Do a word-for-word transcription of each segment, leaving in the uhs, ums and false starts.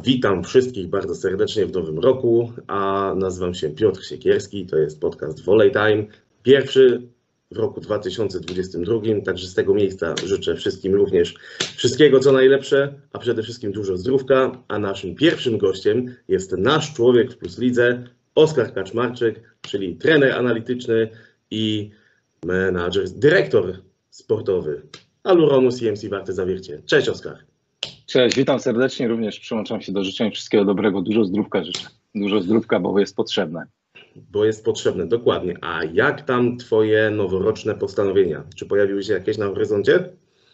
Witam wszystkich bardzo serdecznie w nowym roku, a nazywam się Piotr Siekierski, to jest podcast Volley Time, pierwszy w roku dwa tysiące dwudziestym drugim, także z tego miejsca życzę wszystkim również wszystkiego co najlepsze, a przede wszystkim dużo zdrówka, a naszym pierwszym gościem jest nasz człowiek w Plus Lidze, Oskar Kaczmarczyk, czyli trener analityczny i menadżer, dyrektor sportowy Aluronu C M C Warty Zawiercie. Cześć Oskar. Cześć, witam serdecznie, również przyłączam się do życzeń, wszystkiego dobrego, dużo zdrówka życzę, dużo zdrówka, bo jest potrzebne. Bo jest potrzebne, dokładnie. A jak tam twoje noworoczne postanowienia? Czy pojawiły się jakieś na horyzoncie?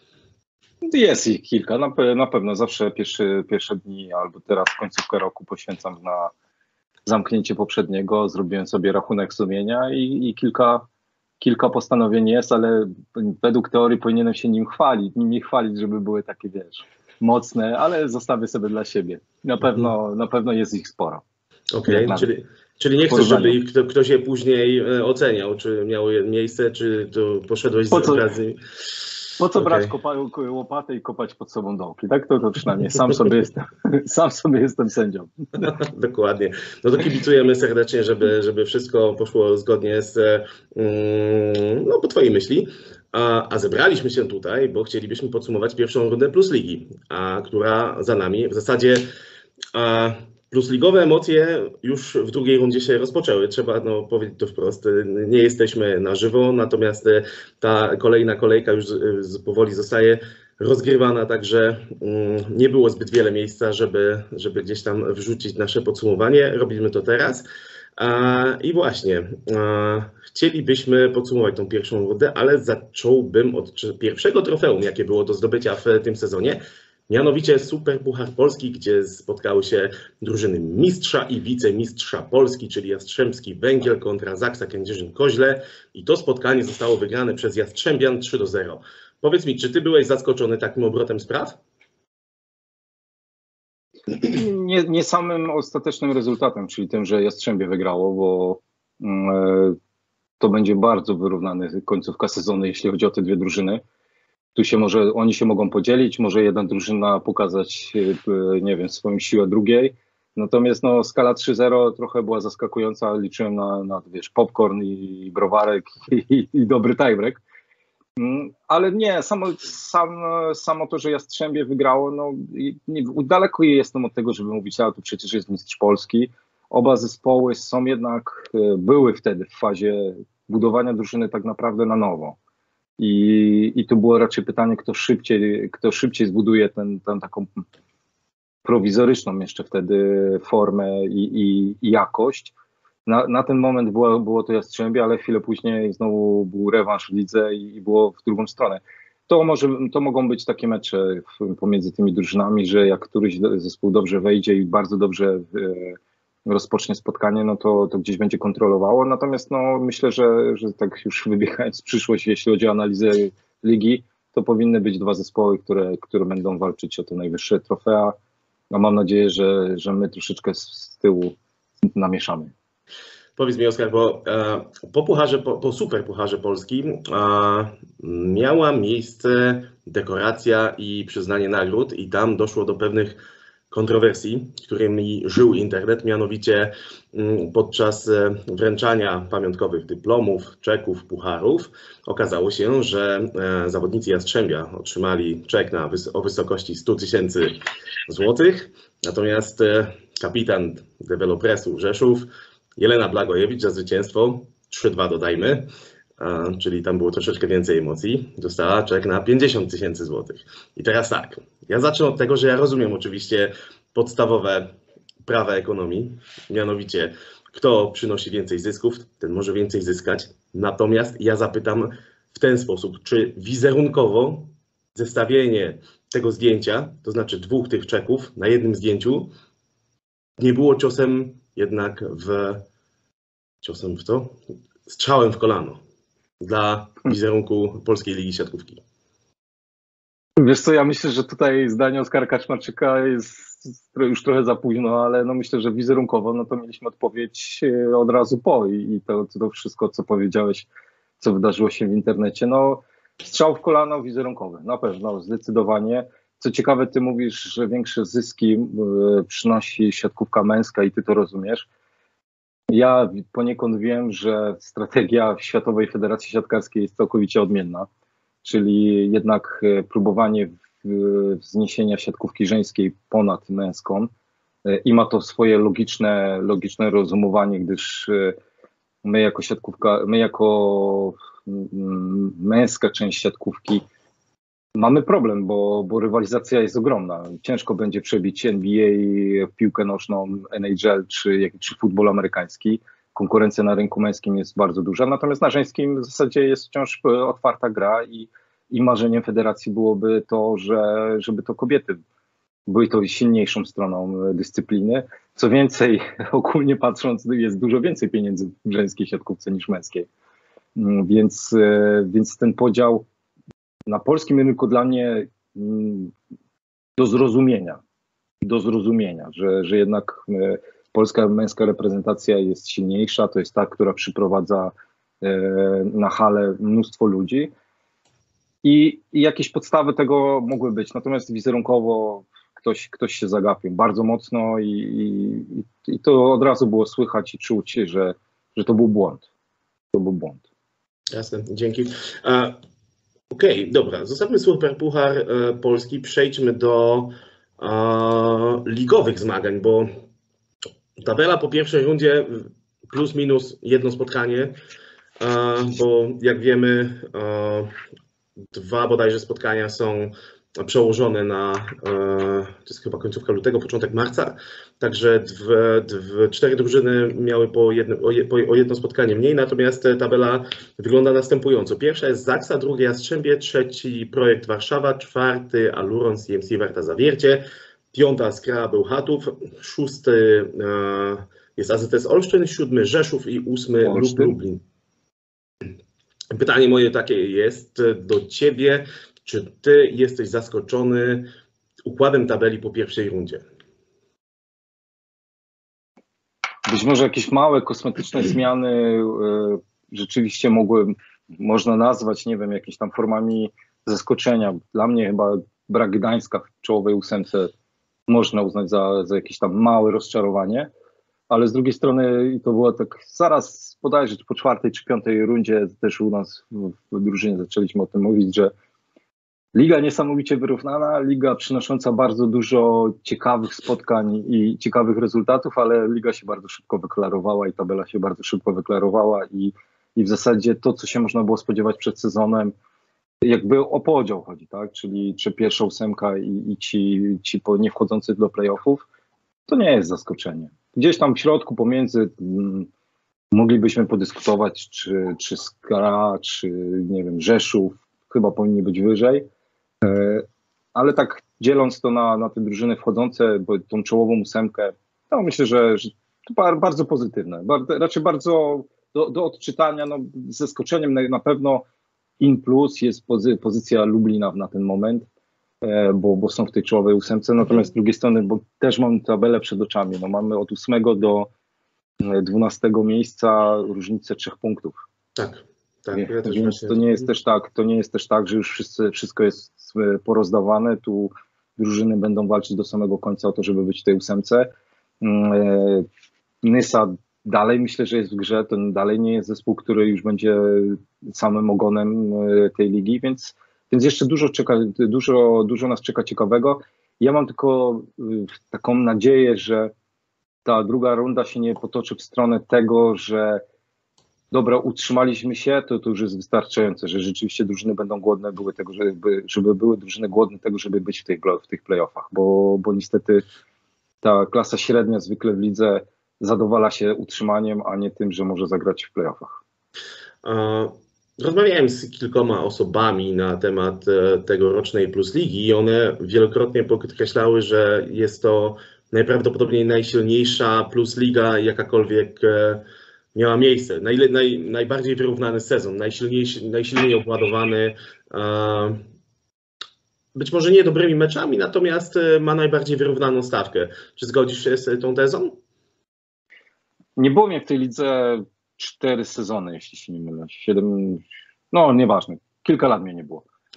Jest ich kilka, na, na pewno zawsze pierwszy, pierwsze dni albo teraz końcówkę roku poświęcam na zamknięcie poprzedniego, zrobiłem sobie rachunek sumienia i, i kilka, kilka postanowień jest, ale według teorii powinienem się nim chwalić, nimi chwalić, żeby były takie, wiesz, mocne, ale zostawię sobie dla siebie. Na pewno, mhm. na pewno jest ich sporo. Okej, okay, czyli, czyli nie chcesz, żeby ich kto, ktoś je później oceniał, czy miało miejsce, czy to poszedłeś po z co, okazji. Po co okay. brać kopa, łopatę i kopać pod sobą dołki, tak? To, to przynajmniej sam sobie jestem, sam sobie jestem sędzią. Dokładnie. No to kibicujemy serdecznie, żeby, żeby wszystko poszło zgodnie z, no, po twojej myśli. A, a zebraliśmy się tutaj, bo chcielibyśmy podsumować pierwszą rundę Plus Ligi, a, która za nami. W zasadzie a, plusligowe emocje już w drugiej rundzie się rozpoczęły. Trzeba no, powiedzieć to wprost. Nie jesteśmy na żywo, natomiast ta kolejna kolejka już powoli zostaje rozgrywana, także um, nie było zbyt wiele miejsca, żeby, żeby gdzieś tam wrzucić nasze podsumowanie. Robimy to teraz. I właśnie, chcielibyśmy podsumować tą pierwszą rundę, ale zacząłbym od pierwszego trofeum, jakie było do zdobycia w tym sezonie, mianowicie Super Puchar Polski, gdzie spotkały się drużyny mistrza i wicemistrza Polski, czyli Jastrzębski Węgiel kontra Zaksa Kędzierzyn-Koźle, i to spotkanie zostało wygrane przez Jastrzębian trzy do zera. Powiedz mi, czy ty byłeś zaskoczony takim obrotem spraw? Nie, nie samym ostatecznym rezultatem, czyli tym, że Jastrzębie wygrało, bo e, to będzie bardzo wyrównany końcówka sezonu, jeśli chodzi o te dwie drużyny. Tu się może, oni się mogą podzielić, może jedna drużyna pokazać, e, nie wiem, swoją siłę drugiej. Natomiast no, skala trzy zero trochę była zaskakująca, liczyłem na, na wiesz, popcorn i browarek i, i dobry tiebreak. Ale nie, samo, sam, samo to, że Jastrzębie wygrało, no nie, daleko jestem od tego, żeby mówić, a tu przecież jest mistrz Polski. Oba zespoły są jednak, były wtedy w fazie budowania drużyny tak naprawdę na nowo. I, i tu było raczej pytanie, kto szybciej, kto szybciej zbuduje ten, ten taką prowizoryczną jeszcze wtedy formę i, i, i jakość. Na, na ten moment było, było to Jastrzębie, ale chwilę później znowu był rewanż w lidze i, i było w drugą stronę. To, może, to mogą być takie mecze w, pomiędzy tymi drużynami, że jak któryś zespół dobrze wejdzie i bardzo dobrze e, rozpocznie spotkanie, no to, to gdzieś będzie kontrolowało. Natomiast no, myślę, że, że tak już wybiegając w przyszłość, jeśli chodzi o analizę ligi, to powinny być dwa zespoły, które, które będą walczyć o te najwyższe trofea. No, mam nadzieję, że, że my troszeczkę z, z tyłu namieszamy. Powiedz mi, Oskar, bo e, po, pucharze, po, po Super Pucharze Polskim e, miała miejsce dekoracja i przyznanie nagród i tam doszło do pewnych kontrowersji, którymi żył internet, mianowicie m, podczas wręczania pamiątkowych dyplomów, czeków, pucharów okazało się, że e, zawodnicy Jastrzębia otrzymali czek na wys o wysokości stu tysięcy złotych, natomiast e, kapitan Developresu Rzeszów Jelena Blagojewicz za zwycięstwo, trzy dwa dodajmy, a, czyli tam było troszeczkę więcej emocji, dostała czek na pięćdziesiąt tysięcy złotych. I teraz tak, ja zacznę od tego, że ja rozumiem oczywiście podstawowe prawa ekonomii, mianowicie kto przynosi więcej zysków, ten może więcej zyskać. Natomiast ja zapytam w ten sposób, czy wizerunkowo zestawienie tego zdjęcia, to znaczy dwóch tych czeków na jednym zdjęciu, nie było ciosem jednak w ciosem w co? Strzałem w kolano dla wizerunku Polskiej Ligi Siatkówki. Wiesz co, ja myślę, że tutaj zdanie Oskara Kaczmarczyka jest już trochę za późno, ale no myślę, że wizerunkowo no to mieliśmy odpowiedź od razu po i, i to, to wszystko, co powiedziałeś, co wydarzyło się w internecie, no strzał w kolano wizerunkowy, na pewno, zdecydowanie. Co ciekawe, ty mówisz, że większe zyski y, przynosi siatkówka męska i ty to rozumiesz. Ja poniekąd wiem, że strategia Światowej Federacji Siatkarskiej jest całkowicie odmienna, czyli jednak y, próbowanie w- wzniesienia siatkówki żeńskiej ponad męską y, i ma to swoje logiczne, logiczne rozumowanie, gdyż y, my jako siatkówka, my jako mm, męska część siatkówki mamy problem, bo, bo rywalizacja jest ogromna. Ciężko będzie przebić N B A, piłkę nożną, N H L czy, jak- czy futbol amerykański. Konkurencja na rynku męskim jest bardzo duża, natomiast na żeńskim w zasadzie jest wciąż e, otwarta gra i, i marzeniem federacji byłoby to, że, żeby to kobiety były to silniejszą stroną e, dyscypliny. Co więcej, ogólnie patrząc, jest dużo więcej pieniędzy w żeńskiej siatkówce niż męskiej. Mm, Więc, e, więc ten podział na polskim rynku dla mnie mm, do zrozumienia, do zrozumienia, że, że jednak e, polska męska reprezentacja jest silniejsza, to jest ta, która przyprowadza e, na halę mnóstwo ludzi i, i jakieś podstawy tego mogły być, natomiast wizerunkowo ktoś, ktoś się zagapił bardzo mocno i, i, i to od razu było słychać i czuć, że, że to był błąd. To był błąd. Jasne, dzięki. E, Okej, dobra, zostawmy Superpuchar e, Polski, przejdźmy do e, ligowych zmagań, bo tabela po pierwszej rundzie plus minus jedno spotkanie, e, bo jak wiemy e, dwa bodajże spotkania są przełożone na, e, to jest chyba końcówka lutego, początek marca, także dwie, dwie, cztery drużyny miały po jedno, o, je, po, o jedno spotkanie mniej, natomiast tabela wygląda następująco. Pierwsza jest Zaksa, drugie Jastrzębie, trzeci Projekt Warszawa, czwarty Aluron, C M C Warta Zawiercie, piąta Skra Bełchatów, szósty e, jest A Z S Olsztyn, siódmy Rzeszów i ósmy Lub Olsztyn. Lublin. Pytanie moje takie jest do Ciebie, czy Ty jesteś zaskoczony układem tabeli po pierwszej rundzie? Być może jakieś małe, kosmetyczne zmiany e, rzeczywiście mogły, można nazwać, nie wiem, jakimiś tam formami zaskoczenia. Dla mnie chyba brak Gdańska w czołowej ósemce można uznać za, za jakieś tam małe rozczarowanie, ale z drugiej strony i to było tak zaraz bodajże po czwartej czy piątej rundzie też u nas w, w drużynie zaczęliśmy o tym mówić, że liga niesamowicie wyrównana, liga przynosząca bardzo dużo ciekawych spotkań i ciekawych rezultatów, ale liga się bardzo szybko wyklarowała i tabela się bardzo szybko wyklarowała i, i w zasadzie to, co się można było spodziewać przed sezonem, jakby o podział chodzi, tak? Czyli czy pierwsza ósemka i, i ci, ci po- nie wchodzący do playoffów, to nie jest zaskoczenie. Gdzieś tam w środku pomiędzy mm, moglibyśmy podyskutować, czy, czy Skra, czy nie wiem, Rzeszów, chyba powinni być wyżej. Ale tak dzieląc to na, na te drużyny wchodzące, bo tą czołową ósemkę, to myślę, że, że to bar- bardzo pozytywne. Bardzo, raczej bardzo do, do odczytania, no, z zaskoczeniem na, na pewno in plus jest pozy, pozycja Lublina na ten moment, e, bo, bo są w tej czołowej ósemce. Natomiast z drugiej strony, bo też mam tabelę przed oczami, no, mamy od ósmego do e, dwunastego miejsca różnicę trzech punktów. Tak, tak. Wie- Ja też Więc właśnie- to nie jest też tak, to nie jest też tak, że już wszyscy, wszystko jest e, porozdawane. Tu drużyny będą walczyć do samego końca o to, żeby być w tej ósemce. Mm, e, Nysa dalej myślę, że jest w grze. To dalej nie jest zespół, który już będzie samym ogonem e, tej ligi, więc, więc jeszcze dużo czeka, dużo, dużo nas czeka ciekawego. Ja mam tylko e, taką nadzieję, że ta druga runda się nie potoczy w stronę tego, że dobra, utrzymaliśmy się, to, to już jest wystarczające, że rzeczywiście drużyny będą głodne były tego, żeby, żeby były drużyny głodne tego, żeby być w, tej, w tych playoffach, bo, bo niestety ta klasa średnia zwykle w lidze zadowala się utrzymaniem, a nie tym, że może zagrać w playoffach. E, Rozmawiałem z kilkoma osobami na temat e, tegorocznej Plus Ligi i one wielokrotnie podkreślały, że jest to najprawdopodobniej najsilniejsza Plus Liga, jakakolwiek e, miała miejsce. Najle, naj, najbardziej wyrównany sezon, najsilniejszy, najsilniej obładowany. E, być może nie dobrymi meczami, natomiast e, ma najbardziej wyrównaną stawkę. Czy zgodzisz się z tą tezą? Nie było mnie w tej lidze cztery sezony, jeśli się nie mylę. Siedem, no nieważne, kilka lat mnie nie było.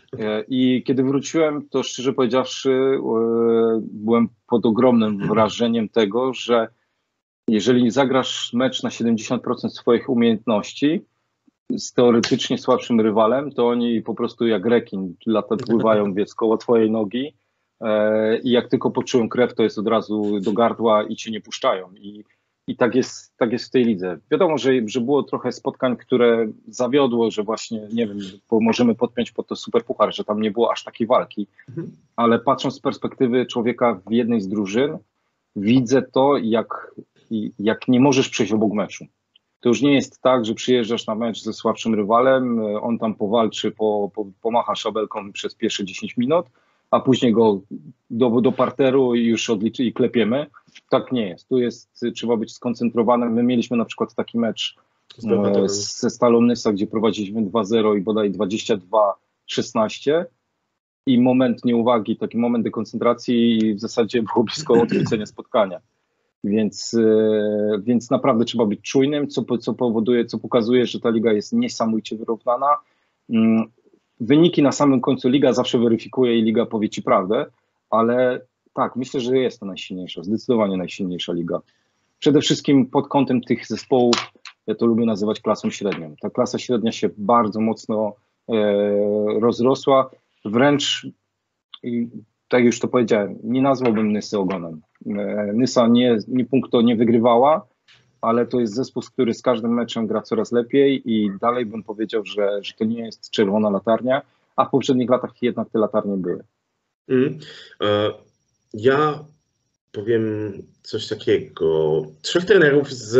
I kiedy wróciłem, to szczerze powiedziawszy, byłem pod ogromnym wrażeniem tego, że jeżeli zagrasz mecz na siedemdziesiąt procent swoich umiejętności z teoretycznie słabszym rywalem, to oni po prostu jak rekin lata pływają, wiec, koło twojej nogi i jak tylko poczują krew, to jest od razu do gardła i cię nie puszczają. I, i tak jest, tak jest w tej lidze. Wiadomo, że, że było trochę spotkań, które zawiodło, że właśnie, nie wiem, bo możemy podpiąć pod to Superpuchar, że tam nie było aż takiej walki, ale patrząc z perspektywy człowieka w jednej z drużyn, widzę to, jak, jak nie możesz przejść obok meczu. To już nie jest tak, że przyjeżdżasz na mecz ze słabszym rywalem, on tam powalczy, po, po, pomacha szabelką przez pierwsze dziesięć minut, a później go do, do parteru i już odliczy i klepiemy. Tak nie jest. Tu jest, trzeba być skoncentrowanym. My mieliśmy na przykład taki mecz e, ze Stalą Nysa, gdzie prowadziliśmy dwa zero i bodaj dwadzieścia dwa szesnaście i moment nieuwagi, taki moment dekoncentracji i w zasadzie było blisko odwrócenia spotkania. Więc, e, więc naprawdę trzeba być czujnym, co, co powoduje, co pokazuje, że ta liga jest niesamowicie wyrównana. Mm, Wyniki na samym końcu liga zawsze weryfikuje i liga powie ci prawdę, ale tak, myślę, że jest to najsilniejsza, zdecydowanie najsilniejsza liga. Przede wszystkim pod kątem tych zespołów, ja to lubię nazywać klasą średnią. Ta klasa średnia się bardzo mocno e, rozrosła, wręcz, i, tak już to powiedziałem, nie nazwałbym Nysy ogonem. E, Nysa nie, nie punkto nie wygrywała, ale to jest zespół, który z każdym meczem gra coraz lepiej i dalej bym powiedział, że, że to nie jest czerwona latarnia, a w poprzednich latach jednak te latarnie były. Mm. E, ja powiem coś takiego. Trzech trenerów z,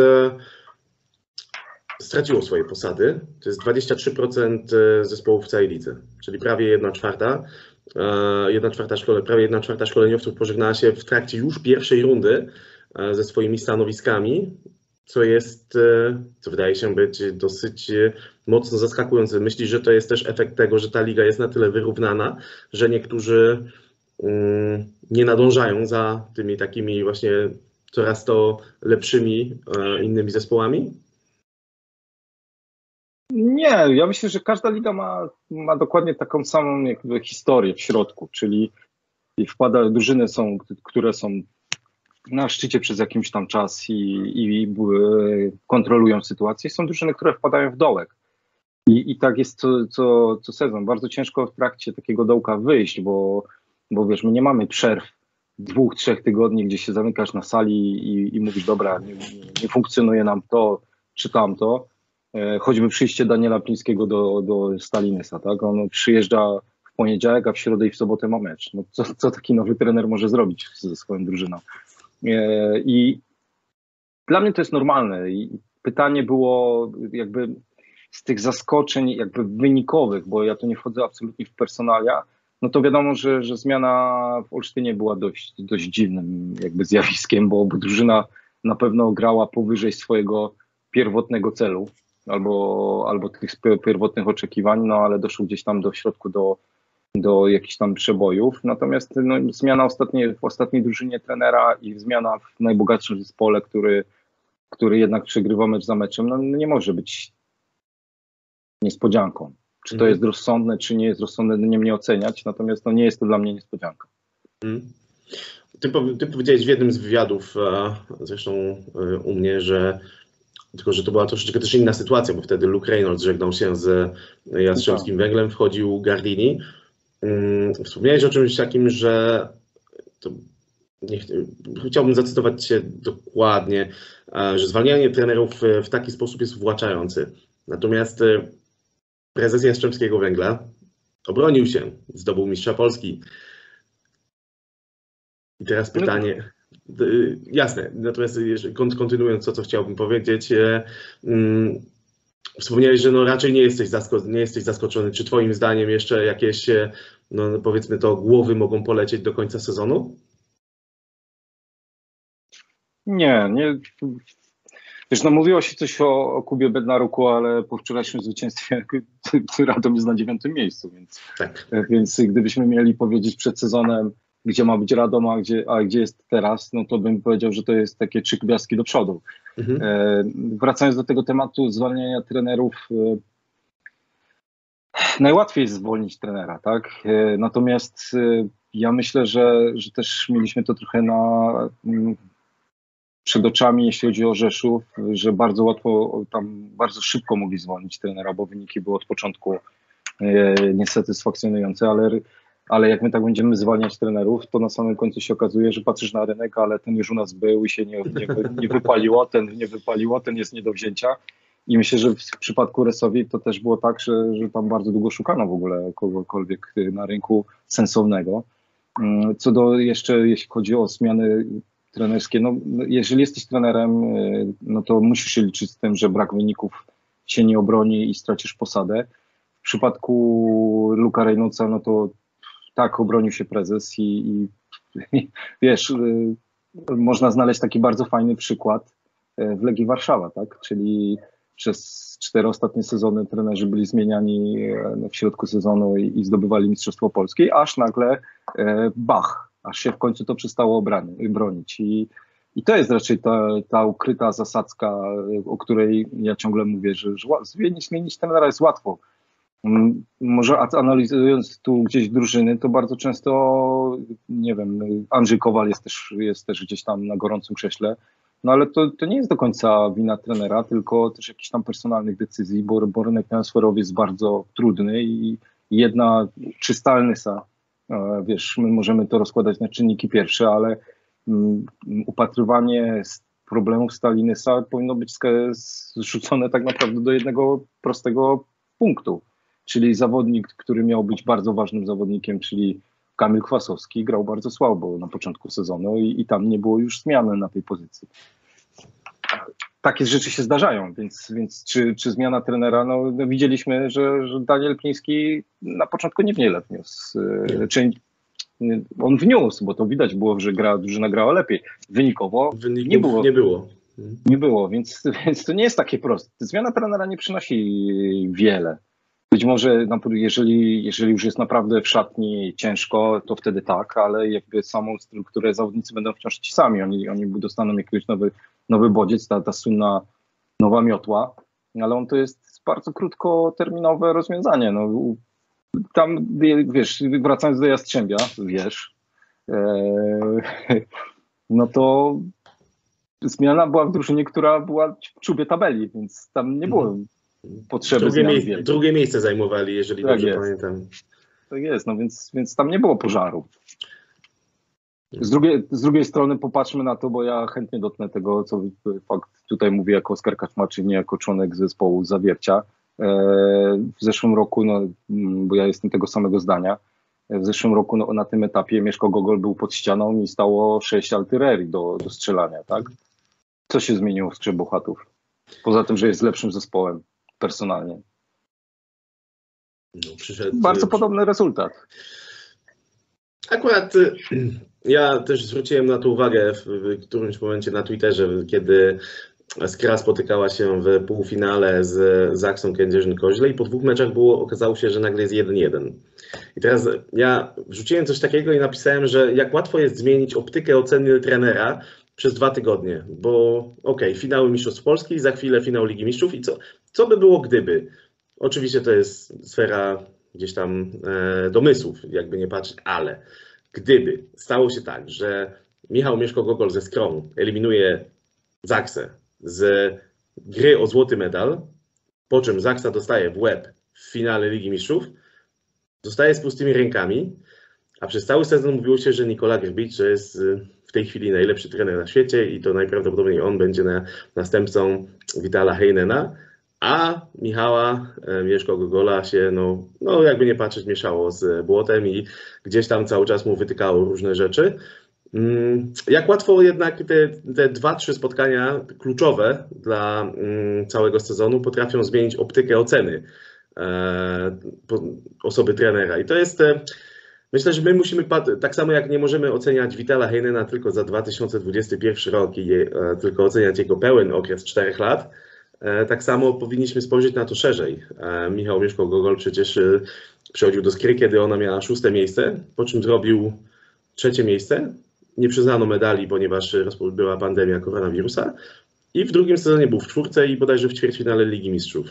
straciło swoje posady. To jest dwadzieścia trzy procent zespołów w całej lidze, czyli prawie jedna czwarta. E, jedna czwarta szkole, prawie jedna czwarta szkoleniowców pożegnała się w trakcie już pierwszej rundy e, ze swoimi stanowiskami, co jest, co wydaje się być dosyć mocno zaskakujące. Myślisz, że to jest też efekt tego, że ta liga jest na tyle wyrównana, że niektórzy um, nie nadążają za tymi takimi właśnie coraz to lepszymi e, innymi zespołami? Nie, ja myślę, że każda liga ma, ma dokładnie taką samą jakby historię w środku, czyli wpada, drużyny są, które są na szczycie przez jakiś tam czas i, i, i kontrolują sytuację. Są drużyny, które wpadają w dołek. I, i tak jest co, co, co sezon. Bardzo ciężko w trakcie takiego dołka wyjść, bo, bo wiesz, my nie mamy przerw dwóch, trzech tygodni, gdzie się zamykasz na sali i, i mówisz, dobra, nie, nie funkcjonuje nam to czy tamto. E, choćby przyjście Daniela Plińskiego do, do Stali Nysa, tak? On przyjeżdża w poniedziałek, a w środę i w sobotę ma mecz. No, co, co taki nowy trener może zrobić ze swoją drużyną? I dla mnie to jest normalne. I pytanie było jakby z tych zaskoczeń jakby wynikowych, bo ja tu nie wchodzę absolutnie w personalia, no to wiadomo, że, że zmiana w Olsztynie była dość, dość dziwnym jakby zjawiskiem, bo, bo drużyna na pewno grała powyżej swojego pierwotnego celu albo, albo tych pierwotnych oczekiwań, no ale doszło gdzieś tam do środku do do jakichś tam przebojów, natomiast no, zmiana ostatniej, w ostatniej drużynie trenera i zmiana w najbogatszym zespole, który, który jednak przegrywa mecz za meczem, no, nie może być niespodzianką. Czy to mhm. jest rozsądne, czy nie jest rozsądne, nie mnie oceniać, natomiast no, nie jest to dla mnie niespodzianka. Mhm. Ty, ty powiedziałeś w jednym z wywiadów, zresztą u mnie, że tylko, że to była troszeczkę też inna sytuacja, bo wtedy Luke Reynolds żegnał się z Jastrzębskim Węglem, wchodził Gardini. Wspomniałeś o czymś takim, że to nie, chciałbym zacytować Cię dokładnie, że zwalnianie trenerów w taki sposób jest uwłaczający. Natomiast prezes Jastrzębskiego Węgla obronił się, zdobył mistrza Polski. I teraz pytanie, jasne, natomiast kontynuując to, co chciałbym powiedzieć, wspomniałeś, że no raczej nie jesteś, zasko- nie jesteś zaskoczony. Czy twoim zdaniem jeszcze jakieś, no powiedzmy to, głowy mogą polecieć do końca sezonu? Nie, nie. Wiesz, no mówiło się coś o, o Kubie Bednaruku, ale po wczorajszym zwycięstwie Radom jest na dziewiątym miejscu, więc, tak. więc gdybyśmy mieli powiedzieć przed sezonem, gdzie ma być Radom, a gdzie, a gdzie jest teraz, no to bym powiedział, że to jest takie trzy gwiazdki do przodu. Mhm. E, wracając do tego tematu zwalniania trenerów, e, Najłatwiej jest zwolnić trenera, tak? Natomiast ja myślę, że, że też mieliśmy to trochę na, przed oczami, jeśli chodzi o Rzeszów, że bardzo łatwo, tam bardzo szybko mogli zwolnić trenera, bo wyniki były od początku niesatysfakcjonujące, ale, ale jak my tak będziemy zwalniać trenerów, to na samym końcu się okazuje, że patrzysz na rynek, ale ten już u nas był i się nie, nie, nie wypaliło, ten nie wypaliło, ten jest nie do wzięcia. I myślę, że w przypadku Resowi to też było tak, że, że tam bardzo długo szukano w ogóle kogokolwiek na rynku sensownego. Co do jeszcze, jeśli chodzi o zmiany trenerskie, no jeżeli jesteś trenerem, no to musisz się liczyć z tym, że brak wyników się nie obroni i stracisz posadę. W przypadku Luka Reynoldsa, no to tak, obronił się prezes i, i, i wiesz, można znaleźć taki bardzo fajny przykład w Legii Warszawa, tak, czyli przez cztery ostatnie sezony trenerzy byli zmieniani w środku sezonu i, i zdobywali Mistrzostwo Polskie, aż nagle e, bach, aż się w końcu to przestało obrani, bronić. I, i to jest raczej ta, ta ukryta zasadzka, o której ja ciągle mówię, że, że zmienić, zmienić trenera jest łatwo. Może analizując tu gdzieś drużyny, to bardzo często, nie wiem, Andrzej Kowal jest też, jest też gdzieś tam na gorącym krześle. No ale to, to nie jest do końca wina trenera, tylko też jakichś tam personalnych decyzji, bo, bo rynek transferowy jest bardzo trudny i jedna, czy Stalnysa, wiesz, my możemy to rozkładać na czynniki pierwsze, ale um, upatrywanie problemów Stalinysa powinno być zrzucone tak naprawdę do jednego prostego punktu, czyli zawodnik, który miał być bardzo ważnym zawodnikiem, czyli Kamil Kwasowski, grał bardzo słabo na początku sezonu i, i tam nie było już zmiany na tej pozycji. Takie rzeczy się zdarzają, więc, więc czy, czy zmiana trenera, no, no widzieliśmy, że, że Daniel Pliński na początku niewiele wniósł. Czy on wniósł, bo to widać było, że gra, drużyna grała lepiej. Wynikowo Wyników nie było. Nie było, nie było więc, więc to nie jest takie proste. Zmiana trenera nie przynosi wiele. Być może jeżeli, jeżeli już jest naprawdę w szatni ciężko, to wtedy tak, ale jakby samą strukturę zawodnicy będą wciąż ci sami. Oni, oni dostaną jakiś nowy, nowy bodziec, ta, ta słynna nowa miotła, ale on to jest bardzo krótkoterminowe rozwiązanie. No, tam, wiesz, wracając do Jastrzębia, wiesz, ee, no to zmiana była w drużynie, która była w czubie tabeli, więc tam nie było potrzeby drugie, zmian. miejsce, drugie miejsce zajmowali, jeżeli tak dobrze jest. pamiętam. Tak jest, no więc, więc tam nie było pożaru. Z drugiej, z drugiej strony popatrzmy na to, bo ja chętnie dotknę tego, co fakt tutaj mówię jako Oskar Kaczmarczyk, nie jako członek zespołu Zawiercia. W zeszłym roku, no, bo ja jestem tego samego zdania, w zeszłym roku no, na tym etapie Mieszko Gogol był pod ścianą i stało sześć artylerii do, do strzelania, tak? Co się zmieniło w Skrzep Bełchatów? Poza tym, że jest lepszym zespołem personalnie. No, przyszedł, Bardzo podobny rezultat. Akurat ja też zwróciłem na to uwagę w, w którymś momencie na Twitterze, kiedy Skra spotykała się w półfinale z Zaksą Kędzierzyn-Koźle i po dwóch meczach było, okazało się, że nagle jest jeden jeden. I teraz ja wrzuciłem coś takiego i napisałem, że jak łatwo jest zmienić optykę oceny trenera przez dwa tygodnie, bo okej, okay, finały Mistrzostw Polski, za chwilę finał Ligi Mistrzów i co, co by było gdyby? Oczywiście to jest sfera gdzieś tam e, domysłów, jakby nie patrzeć, ale gdyby stało się tak, że Michał Mieszko-Gogol ze Skrą eliminuje Zaksę z gry o złoty medal, po czym Zaksa dostaje w łeb w finale Ligi Mistrzów, zostaje z pustymi rękami, a przez cały sezon mówiło się, że Nikola Grbić, że jest w tej chwili najlepszy trener na świecie i to najprawdopodobniej on będzie na, następcą Vitala Heinena, a Michała Mieszko-Gogola się, no, no jakby nie patrzeć, mieszało z błotem i gdzieś tam cały czas mu wytykało różne rzeczy. Jak łatwo jednak te, te dwa, trzy spotkania kluczowe dla całego sezonu potrafią zmienić optykę oceny e, osoby trenera. I to jest, myślę, że my musimy, tak samo jak nie możemy oceniać Vitala Heinena tylko za dwa tysiące dwudziesty pierwszy rok i e, tylko oceniać jego pełen okres czterech lat, e, tak samo powinniśmy spojrzeć na to szerzej. E, Michał Mieszko-Gogol przecież e, przychodził do Skry, kiedy ona miała szóste miejsce, po czym zrobił trzecie miejsce. Nie przyznano medali, ponieważ była pandemia koronawirusa i w drugim sezonie był w czwórce i bodajże w ćwierćfinale Ligi Mistrzów.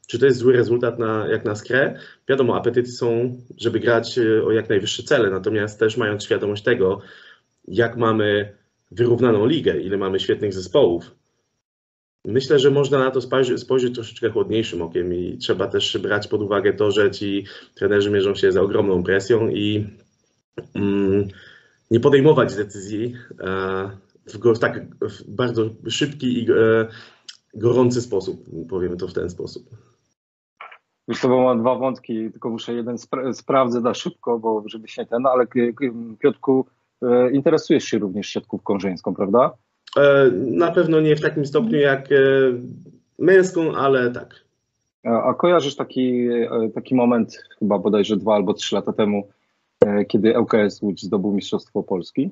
Czy to jest zły rezultat na, jak na skrę? Wiadomo, apetyty są, żeby grać o jak najwyższe cele, natomiast też mając świadomość tego, jak mamy wyrównaną ligę, ile mamy świetnych zespołów, myślę, że można na to spojrzeć, spojrzeć troszeczkę chłodniejszym okiem i trzeba też brać pod uwagę to, że ci trenerzy mierzą się z ogromną presją i mm, nie podejmować decyzji e, w, go, tak w bardzo szybki i e, gorący sposób, powiemy to w ten sposób. Już to mam dwa wątki, tylko muszę jeden spra sprawdzę na szybko, bo żeby się ten, ale Piotrku, e, interesujesz się również siatkówką żeńską, prawda? E, na pewno nie w takim stopniu jak e, męską, ale tak. A, a kojarzysz taki, e, taki moment, chyba bodajże dwa albo trzy lata temu, e, kiedy ŁKS Łódź zdobył Mistrzostwo Polski?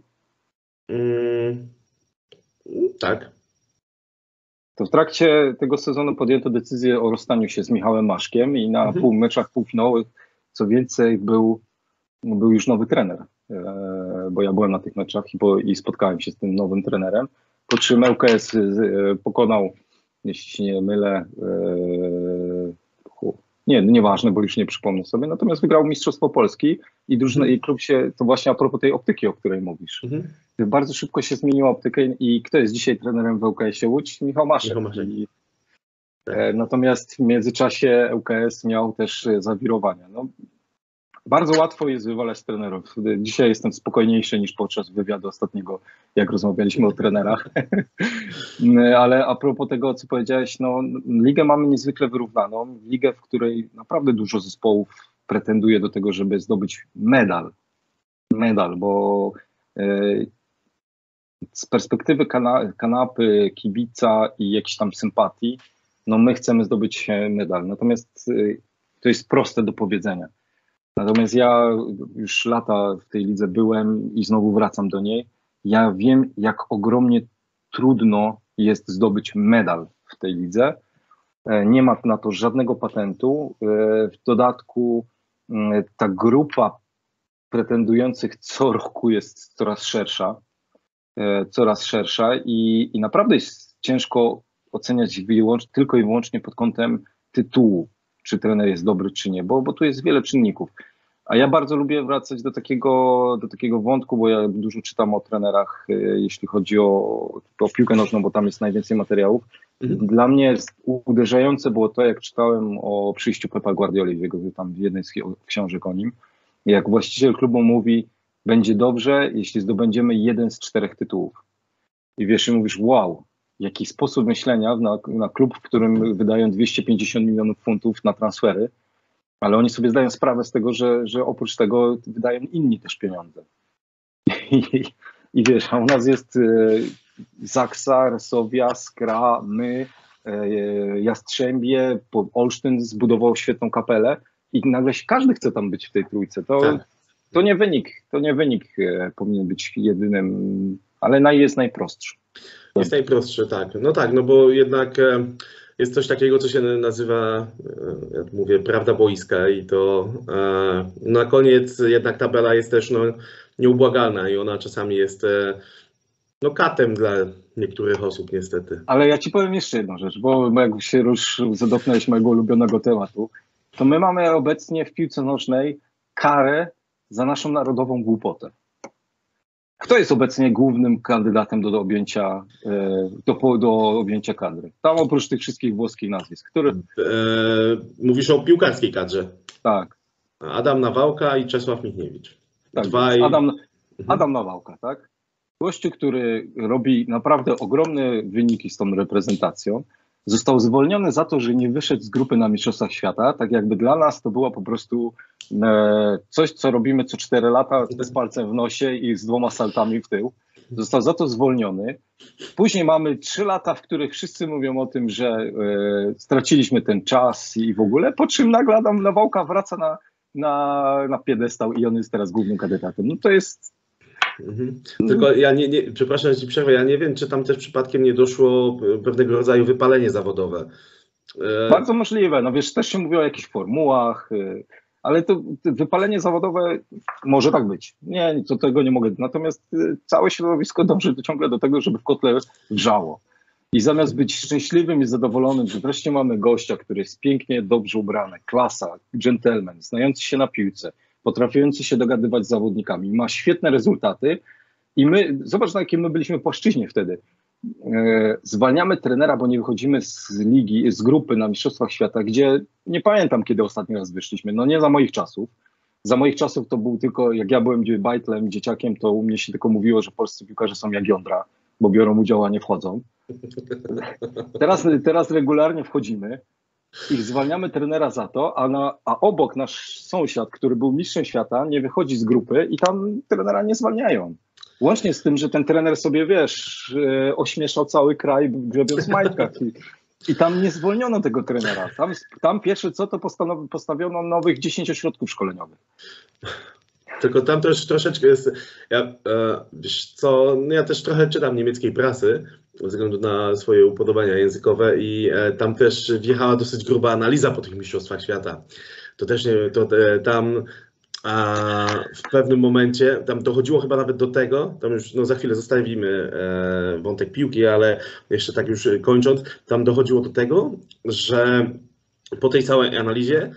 Mm, tak. To w trakcie tego sezonu podjęto decyzję o rozstaniu się z Michałem Maszkiem i na Mhm. pół meczach półfinałowych, co więcej, był, był już nowy trener, e, bo ja byłem na tych meczach i, po, i spotkałem się z tym nowym trenerem, po czym ŁKS e, pokonał, jeśli się nie mylę, e, hu, nie, nieważne, bo już nie przypomnę sobie, natomiast wygrał Mistrzostwo Polski i drużyna, Mhm. i klub się, to właśnie a propos tej optyki, o której mówisz. Mhm. Bardzo szybko się zmieniła optyka i kto jest dzisiaj trenerem w ŁKS-ie Łódź? Michał Maszek. Michał Maszek. I, e, natomiast w międzyczasie ŁKS miał też e, zawirowania. No, bardzo łatwo jest wywalać trenerów. Dzisiaj jestem spokojniejszy niż podczas wywiadu ostatniego, jak rozmawialiśmy o trenerach. Ale a propos tego, co powiedziałeś, no, ligę mamy niezwykle wyrównaną. Ligę, w której naprawdę dużo zespołów pretenduje do tego, żeby zdobyć medal. Medal, bo e, z perspektywy kana kanapy, kibica i jakiejś tam sympatii, no my chcemy zdobyć medal. Natomiast y, to jest proste do powiedzenia. Natomiast ja już lata w tej lidze byłem i znowu wracam do niej. Ja wiem, jak ogromnie trudno jest zdobyć medal w tej lidze. E, nie ma na to żadnego patentu. E, w dodatku e, ta grupa pretendujących co roku jest coraz szersza. coraz szersza i, i naprawdę jest ciężko oceniać wyłącz, tylko i wyłącznie pod kątem tytułu, czy trener jest dobry, czy nie, bo, bo tu jest wiele czynników. A ja bardzo lubię wracać do takiego, do takiego wątku, bo ja dużo czytam o trenerach, jeśli chodzi o, o piłkę nożną, bo tam jest najwięcej materiałów. Mhm. Dla mnie jest uderzające było to, jak czytałem o przyjściu Pepa Guardioli, w jego, tam w jednej z książek o nim, jak właściciel klubu mówi, będzie dobrze, jeśli zdobędziemy jeden z czterech tytułów. I wiesz, i mówisz, wow, jaki sposób myślenia na, na klub, w którym wydają dwieście pięćdziesiąt milionów funtów na transfery, ale oni sobie zdają sprawę z tego, że, że oprócz tego wydają inni też pieniądze. I, i wiesz, a u nas jest e, Zaksa, Resowia, Skra, my, e, Jastrzębie, Olsztyn zbudował świetną kapelę i nagle się każdy chce tam być w tej trójce. To, Tak. To nie wynik, to nie wynik e, powinien być jedynym, ale naj, jest najprostszy. Jest najprostszy, tak. No tak, no bo jednak e, jest coś takiego, co się nazywa, e, jak mówię, prawda boiska i to e, na koniec jednak tabela jest też no, nieubłagalna i ona czasami jest e, no, katem dla niektórych osób niestety. Ale ja ci powiem jeszcze jedną rzecz, bo jak się już zadopnąłeś mojego ulubionego tematu, to my mamy obecnie w piłce nożnej karę za naszą narodową głupotę. Kto jest obecnie głównym kandydatem do, do objęcia do, do objęcia kadry? Tam oprócz tych wszystkich włoskich nazwisk. Który... E, mówisz o piłkarskiej kadrze. Tak. Adam Nawałka i Czesław Michniewicz. Tak, Dwaj... Adam, Adam Nawałka, tak? Gościu, który robi naprawdę ogromne wyniki z tą reprezentacją, został zwolniony za to, że nie wyszedł z grupy na Mistrzostwach Świata. Tak jakby dla nas to była po prostu e, coś, co robimy co cztery lata z palcem w nosie i z dwoma saltami w tył. Został za to zwolniony. Później mamy trzy lata, w których wszyscy mówią o tym, że e, straciliśmy ten czas i w ogóle, po czym nagle Adam Nawałka wraca na, na, na piedestał i on jest teraz głównym kandydatem. No to jest... Mhm. Tylko ja nie, nie, przepraszam, że ci przerwę, ja nie wiem, czy tam też przypadkiem nie doszło pewnego rodzaju wypalenie zawodowe. E... Bardzo możliwe, no wiesz, też się mówi o jakichś formułach, ale to, to wypalenie zawodowe może tak być. Nie, to tego nie mogę. Natomiast całe środowisko dąży ciągle do tego, żeby w kotle wrzało. I zamiast być szczęśliwym i zadowolonym, że wreszcie mamy gościa, który jest pięknie, dobrze ubrany, klasa, dżentelmen, znający się na piłce, potrafiący się dogadywać z zawodnikami, ma świetne rezultaty i my, zobacz na jakiej my byliśmy płaszczyźnie wtedy. E, zwalniamy trenera, bo nie wychodzimy z ligi, z grupy na Mistrzostwach Świata, gdzie nie pamiętam, kiedy ostatni raz wyszliśmy, no nie za moich czasów. Za moich czasów to był tylko, jak ja byłem bajtlem, dzieciakiem, to u mnie się tylko mówiło, że polscy piłkarze są jak jądra, bo biorą udział, a nie wchodzą. Teraz, teraz regularnie wchodzimy i zwalniamy trenera za to, a, na, a obok nasz sąsiad, który był mistrzem świata, nie wychodzi z grupy i tam trenera nie zwalniają. Łącznie z tym, że ten trener sobie, wiesz, ośmieszał cały kraj, grzebiąc w majtkach. I, I tam nie zwolniono tego trenera. Tam, tam pierwsze co, to postanow, postawiono nowych dziesięć ośrodków szkoleniowych. Tylko tam też troszeczkę jest, ja, e, wiesz co, no ja też trochę czytam niemieckiej prasy ze względu na swoje upodobania językowe i e, tam też wjechała dosyć gruba analiza po tych mistrzostwach świata. To też nie, to e, tam a w pewnym momencie, tam dochodziło chyba nawet do tego, tam już no za chwilę zostawimy e, wątek piłki, ale jeszcze tak już kończąc, tam dochodziło do tego, że po tej całej analizie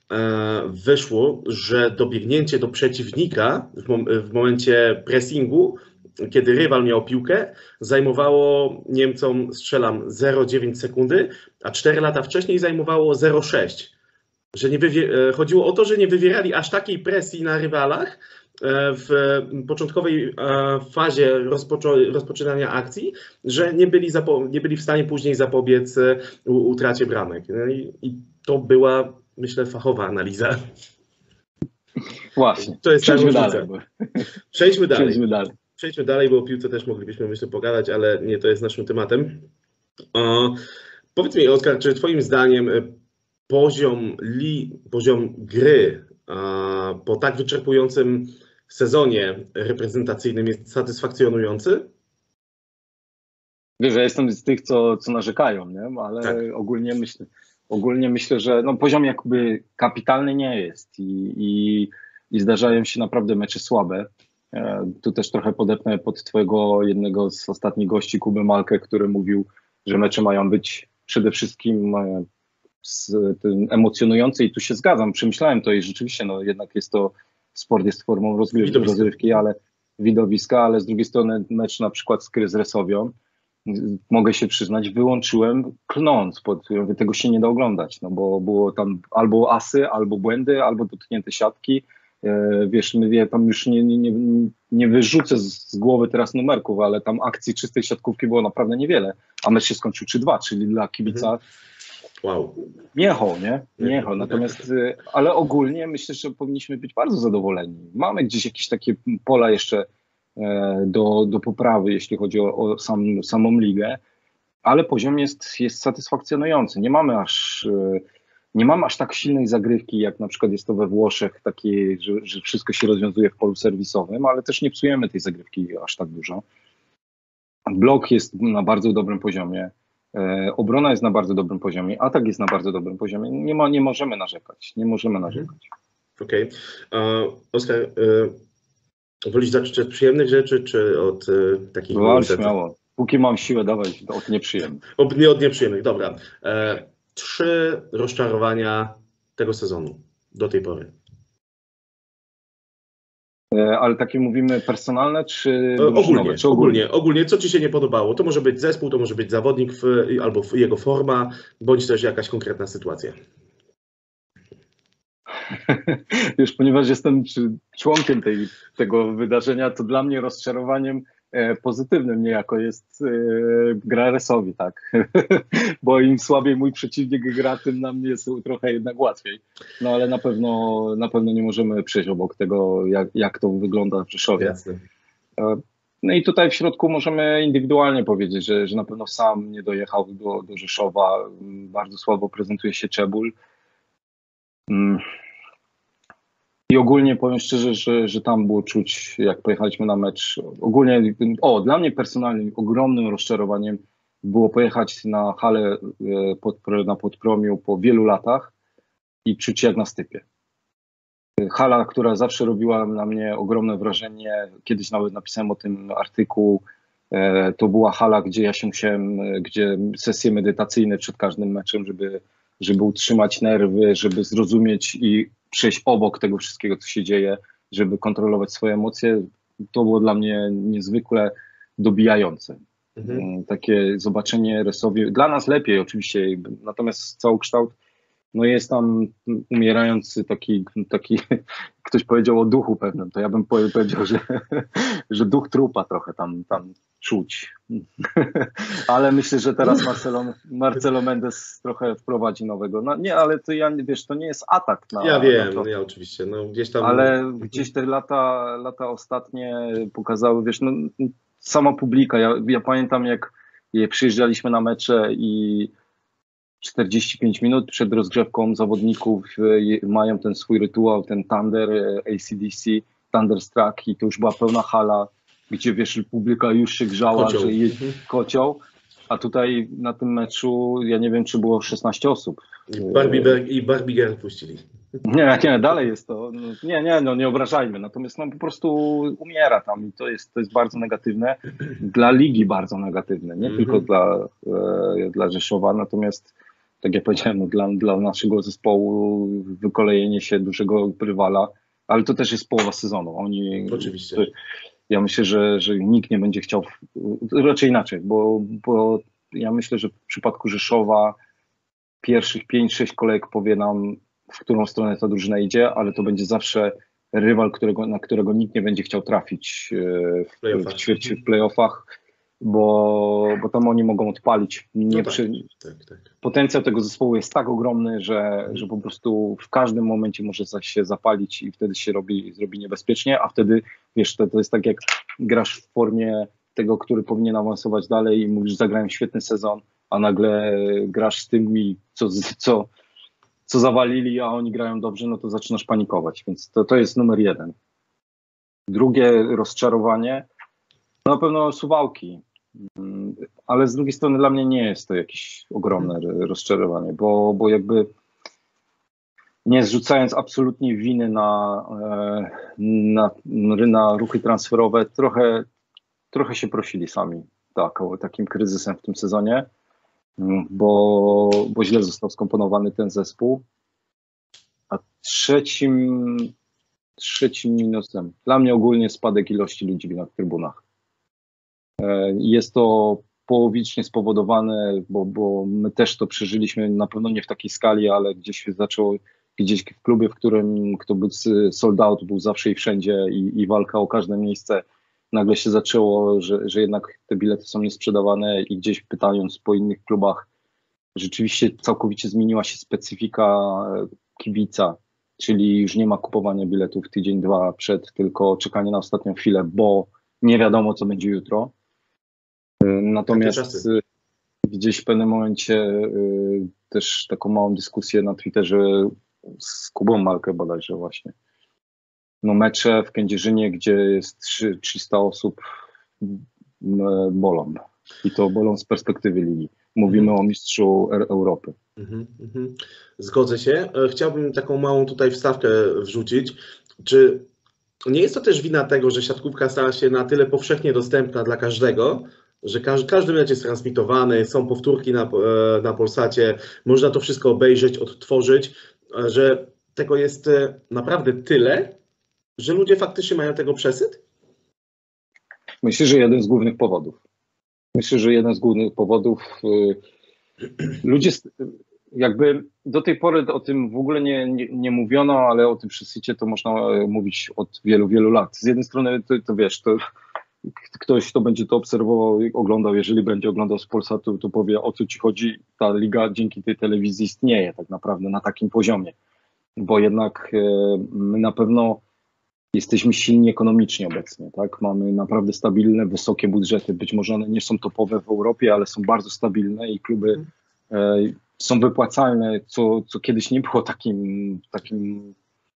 wyszło, że dobiegnięcie do przeciwnika w, mom w momencie pressingu, kiedy rywal miał piłkę, zajmowało Niemcom, strzelam, zero przecinek dziewięć sekundy, a cztery lata wcześniej zajmowało zero przecinek sześć. Że nie chodziło o to, że nie wywierali aż takiej presji na rywalach w początkowej fazie rozpoczą rozpoczynania akcji, że nie byli, nie byli w stanie później zapobiec utracie bramek. No i, i to była, myślę, fachowa analiza. Właśnie. To jest Przejdźmy ta dalej. Bo... Przejdźmy dalej. Przejdźmy dalej. Przejdźmy dalej, bo o piłce też moglibyśmy, myślę, pogadać, ale nie to jest naszym tematem. O, powiedz mi, Oskar, czy twoim zdaniem poziom, li, poziom gry a, po tak wyczerpującym sezonie reprezentacyjnym jest satysfakcjonujący? Wiesz, że jestem z tych, co, co narzekają, nie? Ale tak. ogólnie, myślę, ogólnie myślę, że no, poziom jakby kapitalny nie jest i, i, i zdarzają się naprawdę mecze słabe. E, tu też trochę podepnę pod twojego jednego z ostatnich gości, Kubę Malkę, który mówił, że mecze mają być przede wszystkim e, z, tym, emocjonujące i tu się zgadzam, przemyślałem to i rzeczywiście no, jednak jest to, sport jest formą rozgrywki, rozrywki, ale widowiska, ale z drugiej strony mecz na przykład z, z Resowią, mogę się przyznać, wyłączyłem klnąc, pod, tego się nie da oglądać, no bo było tam albo asy, albo błędy, albo dotknięte siatki, e, wiesz, my tam już nie, nie, nie, nie wyrzucę z, z głowy teraz numerków, ale tam akcji czystej siatkówki było naprawdę niewiele, a mecz się skończył trzy dwa, czyli dla kibica mhm. Wow. Miechał, nie? Miechał. Natomiast, ale ogólnie myślę, że powinniśmy być bardzo zadowoleni. Mamy gdzieś jakieś takie pola jeszcze do, do poprawy, jeśli chodzi o, o sam, samą ligę, ale poziom jest, jest satysfakcjonujący. Nie mamy aż nie mamy aż tak silnej zagrywki, jak na przykład jest to we Włoszech, takiej, że, że wszystko się rozwiązuje w polu serwisowym, ale też nie psujemy tej zagrywki aż tak dużo. Blok jest na bardzo dobrym poziomie. Obrona jest na bardzo dobrym poziomie, atak jest na bardzo dobrym poziomie. Nie, ma, nie możemy narzekać. Nie możemy narzekać. Okej. Okay. Oskar, y, wolisz zacząć od przyjemnych rzeczy, czy od y, takich... Wal śmiało. Póki mam siłę, dawać od nieprzyjemnych. Od, nie od nieprzyjemnych, dobra. E, trzy rozczarowania tego sezonu do tej pory. Ale takie mówimy personalne, czy ogólnie, czy ogólnie? ogólnie? Ogólnie, co ci się nie podobało? To może być zespół, to może być zawodnik w, albo jego forma, bądź też jakaś konkretna sytuacja. Już ponieważ jestem członkiem tej, tego wydarzenia, to dla mnie rozczarowaniem e, pozytywnym niejako jest e, gra Resowi, tak? Bo im słabiej mój przeciwnik gra, tym nam jest trochę jednak łatwiej. No ale na pewno, na pewno nie możemy przejść obok tego, jak, jak to wygląda w Rzeszowie. Jasne. E, no i tutaj w środku możemy indywidualnie powiedzieć, że, że na pewno sam nie dojechał do, do Rzeszowa. Bardzo słabo prezentuje się Czebul. Mm. I ogólnie powiem szczerze, że, że tam było czuć, jak pojechaliśmy na mecz, ogólnie, o, dla mnie personalnie ogromnym rozczarowaniem było pojechać na halę pod, na Podpromiu po wielu latach i czuć się jak na stypie. Hala, która zawsze robiła na mnie ogromne wrażenie, kiedyś nawet napisałem o tym artykuł, To była hala, gdzie ja się musiałem, gdzie sesje medytacyjne przed każdym meczem, żeby, żeby utrzymać nerwy, żeby zrozumieć i przejść obok tego wszystkiego, co się dzieje, żeby kontrolować swoje emocje. To było dla mnie niezwykle dobijające. Mhm. Takie zobaczenie Resowi, dla nas lepiej oczywiście, natomiast całokształt, no jest tam umierający taki, taki ktoś powiedział o duchu pewnym, to ja bym powiedział, że, że duch trupa trochę tam, tam czuć. Ale myślę, że teraz Marcelo, Marcelo Mendes trochę wprowadzi nowego. No nie, ale to ja, wiesz, to nie jest atak na... Ja wiem, na ja oczywiście, no gdzieś tam... Ale gdzieś te lata, lata ostatnie pokazały, wiesz, no sama publika, ja, ja pamiętam jak przyjeżdżaliśmy na mecze i czterdzieści pięć minut przed rozgrzewką zawodników mają ten swój rytuał, ten Thunder, A C D C, Thunderstruck i to już była pełna hala, gdzie wiesz, publika już się grzała, kocioł. Że jest kocioł, a tutaj na tym meczu, ja nie wiem, czy było szesnaście osób. I Barbie, i Barbie Girl puścili. Nie, nie, dalej jest to, nie, nie, no nie obrażajmy, natomiast no po prostu umiera tam i to jest, to jest bardzo negatywne, dla ligi bardzo negatywne, nie mm-hmm. tylko dla, e, dla Rzeszowa, natomiast tak jak powiedziałem, no, dla, dla naszego zespołu wykolejenie się dużego rywala, ale to też jest połowa sezonu. Oni, Oczywiście. Ja myślę, że, że nikt nie będzie chciał, raczej inaczej, bo, bo ja myślę, że w przypadku Rzeszowa pierwszych pięć sześć kolejek powie nam, w którą stronę ta drużyna idzie, ale to będzie zawsze rywal, którego, na którego nikt nie będzie chciał trafić w, w, w ćwierci, w playoffach, bo, bo tam oni mogą odpalić. Nie no przy... tak, tak, tak. Potencjał tego zespołu jest tak ogromny, że, że po prostu w każdym momencie może się zapalić i wtedy się robi, zrobi niebezpiecznie, a wtedy, wiesz, to, to jest tak jak grasz w formie tego, który powinien awansować dalej i mówisz, zagrałem świetny sezon, a nagle grasz z tymi, co, co, co zawalili, a oni grają dobrze, no to zaczynasz panikować, więc to, to jest numer jeden. Drugie rozczarowanie, no na pewno Suwałki. Ale z drugiej strony dla mnie nie jest to jakieś ogromne rozczarowanie, bo, bo jakby nie zrzucając absolutnie winy na, na, na ruchy transferowe, trochę, trochę się prosili sami tak, o takim kryzysem w tym sezonie, bo, bo źle został skomponowany ten zespół. A trzecim, trzecim minusem dla mnie ogólnie spadek ilości ludzi na trybunach. Jest to połowicznie spowodowane, bo, bo my też to przeżyliśmy, na pewno nie w takiej skali, ale gdzieś się zaczęło, gdzieś w klubie, w którym kto był sold out, był zawsze i wszędzie i, i walka o każde miejsce. Nagle się zaczęło, że, że jednak te bilety są niesprzedawane i gdzieś pytając po innych klubach, rzeczywiście całkowicie zmieniła się specyfika kibica, czyli już nie ma kupowania biletów tydzień, dwa przed, tylko czekanie na ostatnią chwilę, bo nie wiadomo, co będzie jutro. Natomiast gdzieś w pewnym momencie y, też taką małą dyskusję na Twitterze z Kubą Malkę bodajże właśnie. No mecze w Kędzierzynie, gdzie jest trzysta osób, y, bolą. I to bolą z perspektywy ligi. Mówimy mm. o mistrzu Europy. Mm-hmm, mm-hmm. Zgodzę się. Chciałbym taką małą tutaj wstawkę wrzucić. Czy nie jest to też wina tego, że siatkówka stała się na tyle powszechnie dostępna dla każdego, że każdy, każdy mecz jest transmitowany, są powtórki na, na Polsacie, można to wszystko obejrzeć, odtworzyć, że tego jest naprawdę tyle, że ludzie faktycznie mają tego przesyt? Myślę, że jeden z głównych powodów. Myślę, że jeden z głównych powodów, yy, ludzie jakby do tej pory o tym w ogóle nie, nie, nie mówiono, ale o tym przesycie to można mówić od wielu, wielu lat. Z jednej strony to, to wiesz, to ktoś, kto będzie to obserwował i oglądał, jeżeli będzie oglądał z Polsatu, to powie, o co ci chodzi. Ta liga dzięki tej telewizji istnieje tak naprawdę na takim poziomie, bo jednak e, my na pewno jesteśmy silni ekonomicznie obecnie, tak? Mamy naprawdę stabilne, wysokie budżety, być może one nie są topowe w Europie, ale są bardzo stabilne i kluby e, są wypłacalne, co, co kiedyś nie było takim, takim,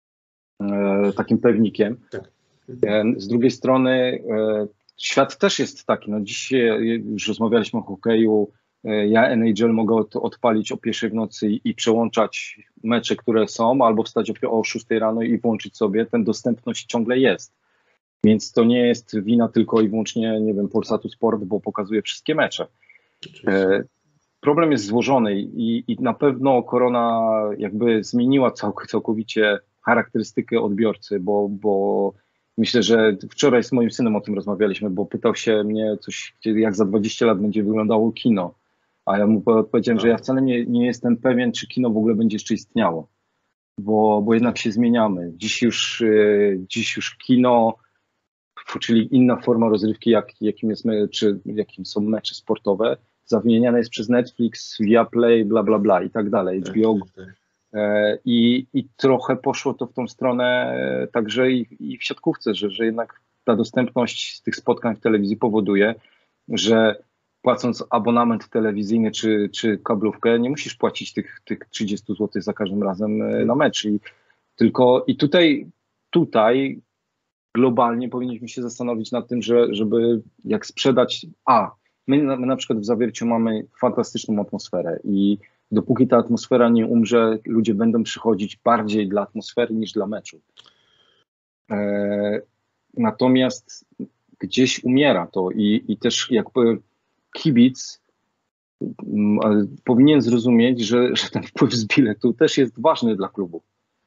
e, takim pewnikiem. Tak. Z drugiej strony świat też jest taki, no dziś już rozmawialiśmy o hokeju, ja N H L mogę odpalić o pierwszej w nocy i przełączać mecze, które są, albo wstać o szóstej rano i włączyć sobie, ten dostępność ciągle jest. Więc to nie jest wina tylko i wyłącznie, nie wiem, Polsatu Sport, bo pokazuje wszystkie mecze. E, problem jest złożony i, i na pewno korona jakby zmieniła cał, całkowicie charakterystykę odbiorcy, bo, bo myślę, że wczoraj z moim synem o tym rozmawialiśmy, bo pytał się mnie coś, jak za dwadzieścia lat będzie wyglądało kino. A ja mu odpowiedziałem, że ja wcale nie, nie jestem pewien, czy kino w ogóle będzie jeszcze istniało, bo, bo jednak się zmieniamy. Dziś już, yy, dziś już kino, czyli inna forma rozrywki, jak, jakim, jest me, czy, jakim są mecze sportowe, zawiniana jest przez Netflix, Viaplay, bla, bla, bla i tak dalej, H B O. E, i, I trochę poszło to w tą stronę e, także i, i w siatkówce, że, że jednak ta dostępność tych spotkań w telewizji powoduje, że płacąc abonament telewizyjny czy, czy kablówkę, nie musisz płacić tych, tych trzydzieści złotych za każdym razem na mecz. I, tylko i tutaj, tutaj globalnie powinniśmy się zastanowić nad tym, że, żeby jak sprzedać, a my na, my na przykład w Zawierciu mamy fantastyczną atmosferę i dopóki ta atmosfera nie umrze, ludzie będą przychodzić bardziej dla atmosfery niż dla meczu. E, natomiast gdzieś umiera to i, i też jakby kibic m, powinien zrozumieć, że, że ten wpływ z biletu też jest ważny dla klubu.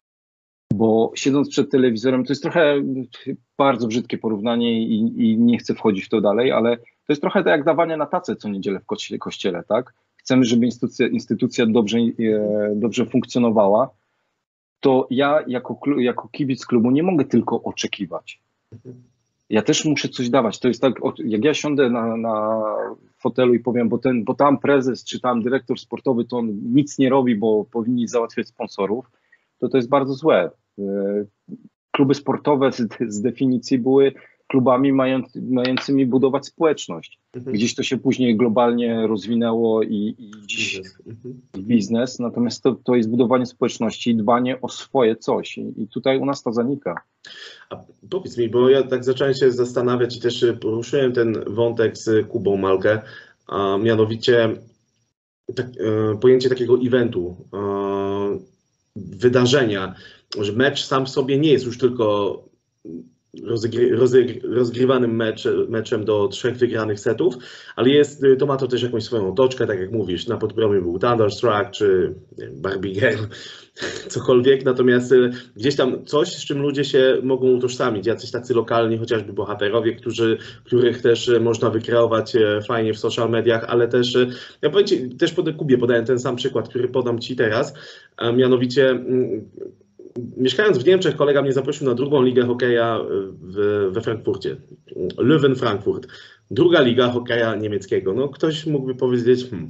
Bo siedząc przed telewizorem, to jest trochę bardzo brzydkie porównanie i, i nie chcę wchodzić w to dalej, ale to jest trochę tak jak dawanie na tacę co niedzielę w kościele, kościele, tak? Chcemy, żeby instytucja, instytucja dobrze, e, dobrze funkcjonowała, to ja jako, jako kibic klubu nie mogę tylko oczekiwać. Ja też muszę coś dawać. To jest tak, jak ja siądę na, na fotelu i powiem, bo, ten, bo tam prezes czy tam dyrektor sportowy to on nic nie robi, bo powinni załatwiać sponsorów, to to jest bardzo złe. Kluby sportowe z, z definicji były klubami mając, mającymi budować społeczność. Mhm. Gdzieś to się później globalnie rozwinęło i, i dziś mhm. biznes, natomiast to, to jest budowanie społeczności i dbanie o swoje coś. I, i tutaj u nas to zanika. A powiedz mi, bo ja tak zacząłem się zastanawiać i też poruszyłem ten wątek z Kubą Malkę, a mianowicie tak, e, pojęcie takiego eventu, e, wydarzenia, że mecz sam w sobie nie jest już tylko rozgry, rozgry, rozgrywanym mecz, meczem do trzech wygranych setów, ale jest, to ma to też jakąś swoją otoczkę, tak jak mówisz, na podpromie był Thunderstruck czy Barbie Girl, cokolwiek, natomiast gdzieś tam coś, z czym ludzie się mogą utożsamić, jacyś tacy lokalni, chociażby bohaterowie, którzy, których też można wykreować fajnie w social mediach, ale też, ja powiem Ci, też po Kubie podałem ten sam przykład, który podam Ci teraz, a mianowicie mieszkając w Niemczech, kolega mnie zaprosił na drugą ligę hokeja w, we Frankfurcie, Löwen Frankfurt, druga liga hokeja niemieckiego. No ktoś mógłby powiedzieć, hmm,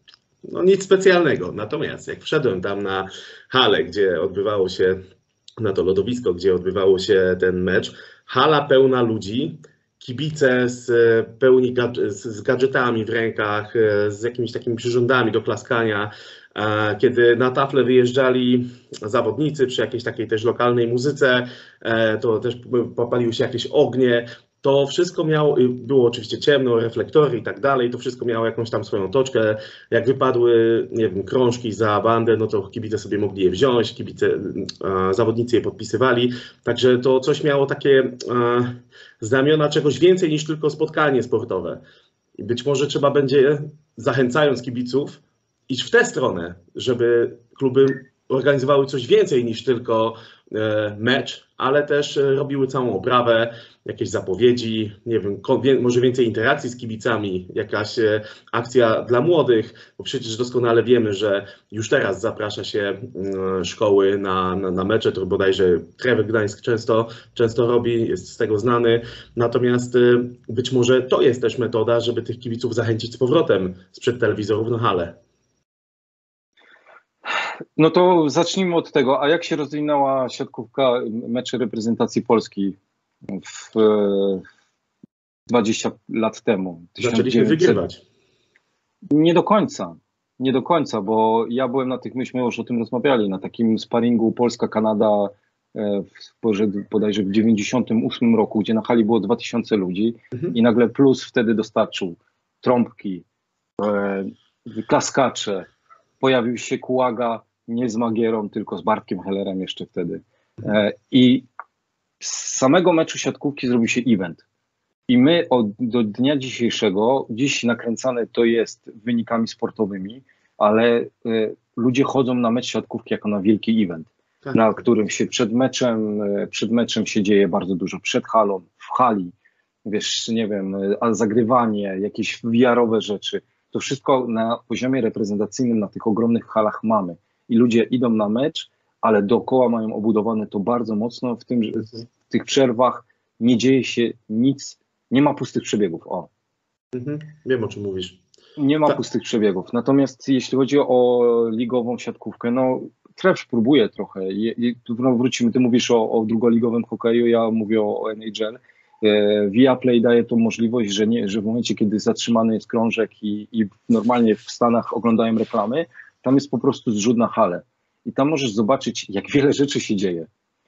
no nic specjalnego, natomiast jak wszedłem tam na halę, gdzie odbywało się, na to lodowisko, gdzie odbywało się ten mecz, hala pełna ludzi, kibice z pełni z gadżetami w rękach, z jakimiś takimi przyrządami do klaskania, kiedy na tafle wyjeżdżali zawodnicy przy jakiejś takiej też lokalnej muzyce, to też popaliły się jakieś ognie. To wszystko miało, było oczywiście ciemno, reflektory i tak dalej, to wszystko miało jakąś tam swoją toczkę. Jak wypadły, nie wiem, krążki za bandę, no to kibice sobie mogli je wziąć, kibice, zawodnicy je podpisywali. Także to coś miało takie znamiona czegoś więcej niż tylko spotkanie sportowe. I być może trzeba będzie, zachęcając kibiców, iść w tę stronę, żeby kluby organizowały coś więcej niż tylko mecz, ale też robiły całą oprawę, jakieś zapowiedzi, nie wiem, może więcej interakcji z kibicami, jakaś akcja dla młodych, bo przecież doskonale wiemy, że już teraz zaprasza się szkoły na, na, na mecze, to bodajże Krewek Gdańsk często, często robi, jest z tego znany, natomiast być może to jest też metoda, żeby tych kibiców zachęcić z powrotem sprzed telewizorów na halę. No to zacznijmy od tego, a jak się rozwinęła siatkówka meczy reprezentacji Polski w dwadzieścia lat temu? Zaczęliśmy wygrywać. Nie do końca, nie do końca, bo ja byłem na tych, myśmy już o tym rozmawiali, na takim sparingu Polska-Kanada w, bodajże w dziewięćdziesiątym ósmym roku, gdzie na hali było dwa tysiące ludzi mhm. i nagle Plus wtedy dostarczył trąbki, e, klaskacze, pojawił się Kułaga, nie z Magierą, tylko z Bartkiem Hellerem jeszcze wtedy. E, I z samego meczu siatkówki zrobił się event. I my od, do dnia dzisiejszego, dziś nakręcane to jest wynikami sportowymi, ale y, ludzie chodzą na mecz siatkówki jako na wielki event, Tak. na którym się przed meczem, y, przed meczem się dzieje bardzo dużo, przed halą, w hali, wiesz, nie wiem, y, a zagrywanie, jakieś V R-owe rzeczy. To wszystko na poziomie reprezentacyjnym na tych ogromnych halach mamy. I ludzie idą na mecz, ale dookoła mają obudowane to bardzo mocno, w tym, że w tych przerwach nie dzieje się nic, nie ma pustych przebiegów. O. Mhm. Wiem, o czym mówisz. Nie ma Ta- pustych przebiegów. Natomiast jeśli chodzi o ligową siatkówkę, no Tref próbuje trochę. Je, je, tu no, wrócimy, ty mówisz o, o drugoligowym hokeju, ja mówię o, o N H L. E, Viaplay daje tą możliwość, że, nie, że w momencie, kiedy zatrzymany jest krążek i, i normalnie w Stanach oglądają reklamy, tam jest po prostu zrzut na halę. I tam możesz zobaczyć, jak wiele rzeczy się dzieje.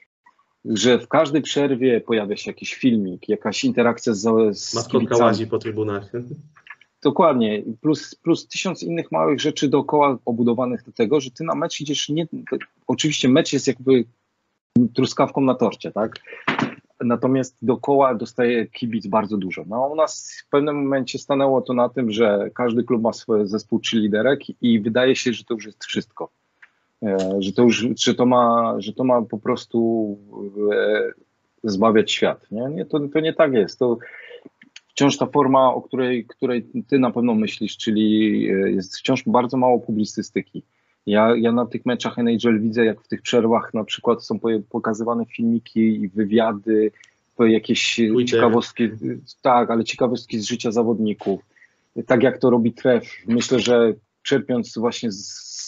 Że w każdej przerwie pojawia się jakiś filmik, jakaś interakcja z, z Maskotka kibicami. łazi po trybunach. Dokładnie, plus, plus tysiąc innych małych rzeczy dookoła obudowanych do tego, że ty na mecz idziesz nie... Oczywiście mecz jest jakby truskawką na torcie, tak? Natomiast dookoła dostaje kibic bardzo dużo. No u nas w pewnym momencie stanęło to na tym, że każdy klub ma swój zespół liderek i wydaje się, że to już jest wszystko. E, Że to już, że to ma, że to ma po prostu e, zbawiać świat. Nie, nie to, to nie tak jest. To wciąż ta forma, o której, której ty na pewno myślisz, czyli jest wciąż bardzo mało publicystyki. Ja, ja na tych meczach N H L widzę, jak w tych przerwach na przykład są pokazywane filmiki i wywiady, jakieś Twitter. ciekawostki, tak, ale ciekawostki z życia zawodników. Tak jak to robi Tref. Myślę, że czerpiąc właśnie z,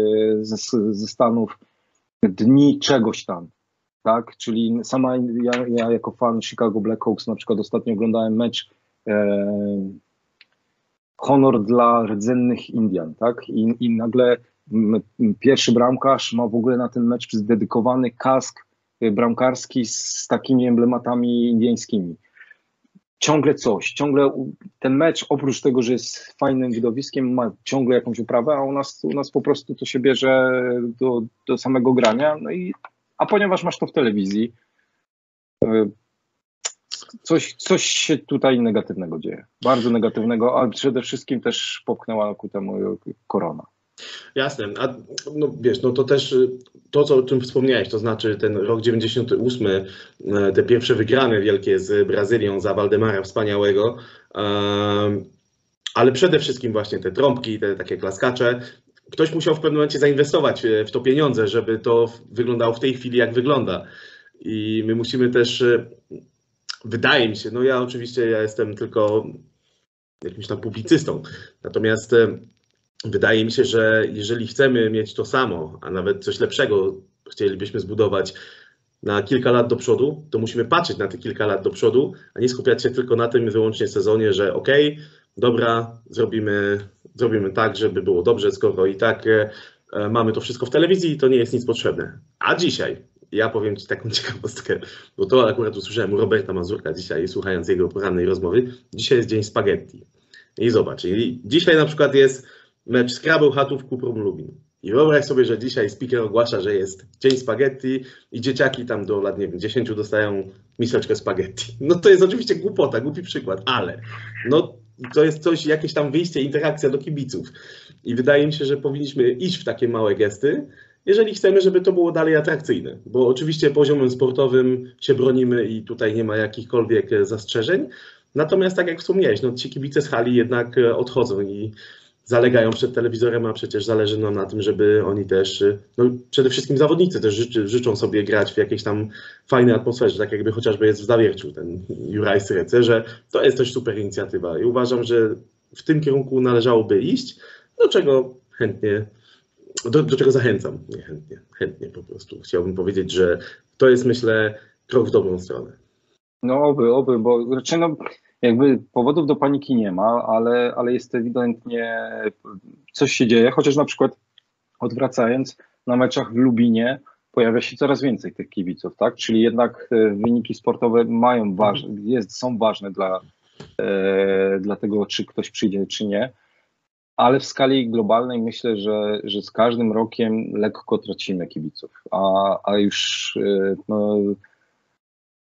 z, ze Stanów dni czegoś tam. Tak, czyli sama ja, ja jako fan Chicago Blackhawks na przykład ostatnio oglądałem mecz e, honor dla rdzennych Indian, tak, i, i nagle m, pierwszy bramkarz ma w ogóle na ten mecz zdedykowany kask bramkarski z takimi emblematami indyjskimi. Ciągle coś, ciągle ten mecz oprócz tego, że jest fajnym widowiskiem, ma ciągle jakąś oprawę, a u nas, u nas po prostu to się bierze do, do samego grania, no i a ponieważ masz to w telewizji, coś, coś się tutaj negatywnego dzieje. Bardzo negatywnego, ale przede wszystkim też popchnęła ku temu korona. Jasne, a no wiesz, no to też to, co, o czym wspomniałeś, to znaczy ten rok dziewięćdziesiąty ósmy, te pierwsze wygrane wielkie z Brazylią za Waldemara Wspaniałego, ale przede wszystkim właśnie te trąbki, te takie klaskacze. Ktoś musiał w pewnym momencie zainwestować w to pieniądze, żeby to wyglądało w tej chwili, jak wygląda. I my musimy też, wydaje mi się, no ja oczywiście ja jestem tylko jakimś tam publicystą, natomiast wydaje mi się, że jeżeli chcemy mieć to samo, a nawet coś lepszego chcielibyśmy zbudować na kilka lat do przodu, to musimy patrzeć na te kilka lat do przodu, a nie skupiać się tylko na tym wyłącznie sezonie, że okej, okay, dobra, zrobimy, zrobimy tak, żeby było dobrze, skoro i tak e, mamy to wszystko w telewizji, to nie jest nic potrzebne. A dzisiaj, ja powiem Ci taką ciekawostkę, bo to akurat usłyszałem u Roberta Mazurka dzisiaj, słuchając jego porannej rozmowy, dzisiaj jest dzień spaghetti. I zobacz, i dzisiaj na przykład jest mecz Scrabble Chatów Kuprum Lubin. I wyobraź sobie, że dzisiaj speaker ogłasza, że jest dzień spaghetti i dzieciaki tam do lat, nie wiem, dziesięciu dostają miseczkę spaghetti. No to jest oczywiście głupota, głupi przykład, ale no to jest coś, jakieś tam wyjście, interakcja do kibiców. I wydaje mi się, że powinniśmy iść w takie małe gesty, jeżeli chcemy, żeby to było dalej atrakcyjne. Bo oczywiście poziomem sportowym się bronimy i tutaj nie ma jakichkolwiek zastrzeżeń. Natomiast tak jak wspomniałeś, no ci kibice z hali jednak odchodzą i zalegają przed telewizorem, a przecież zależy nam na tym, żeby oni też, no przede wszystkim zawodnicy też życzy, życzą sobie grać w jakiejś tam fajnej atmosferze, tak jakby chociażby jest w Zawierciu ten Juraj Srece, że to jest też super inicjatywa i uważam, że w tym kierunku należałoby iść, do czego chętnie, do, do czego zachęcam, nie chętnie, chętnie po prostu. Chciałbym powiedzieć, że to jest, myślę, krok w dobrą stronę. No oby, oby, bo raczej no, jakby powodów do paniki nie ma, ale, ale jest ewidentnie coś się dzieje, chociaż na przykład odwracając, na meczach w Lubinie pojawia się coraz więcej tych kibiców, tak? Czyli jednak wyniki sportowe mają waż, jest, są ważne dla, e, dla tego, czy ktoś przyjdzie, czy nie, ale w skali globalnej myślę, że, że z każdym rokiem lekko tracimy kibiców, a, a już e, no,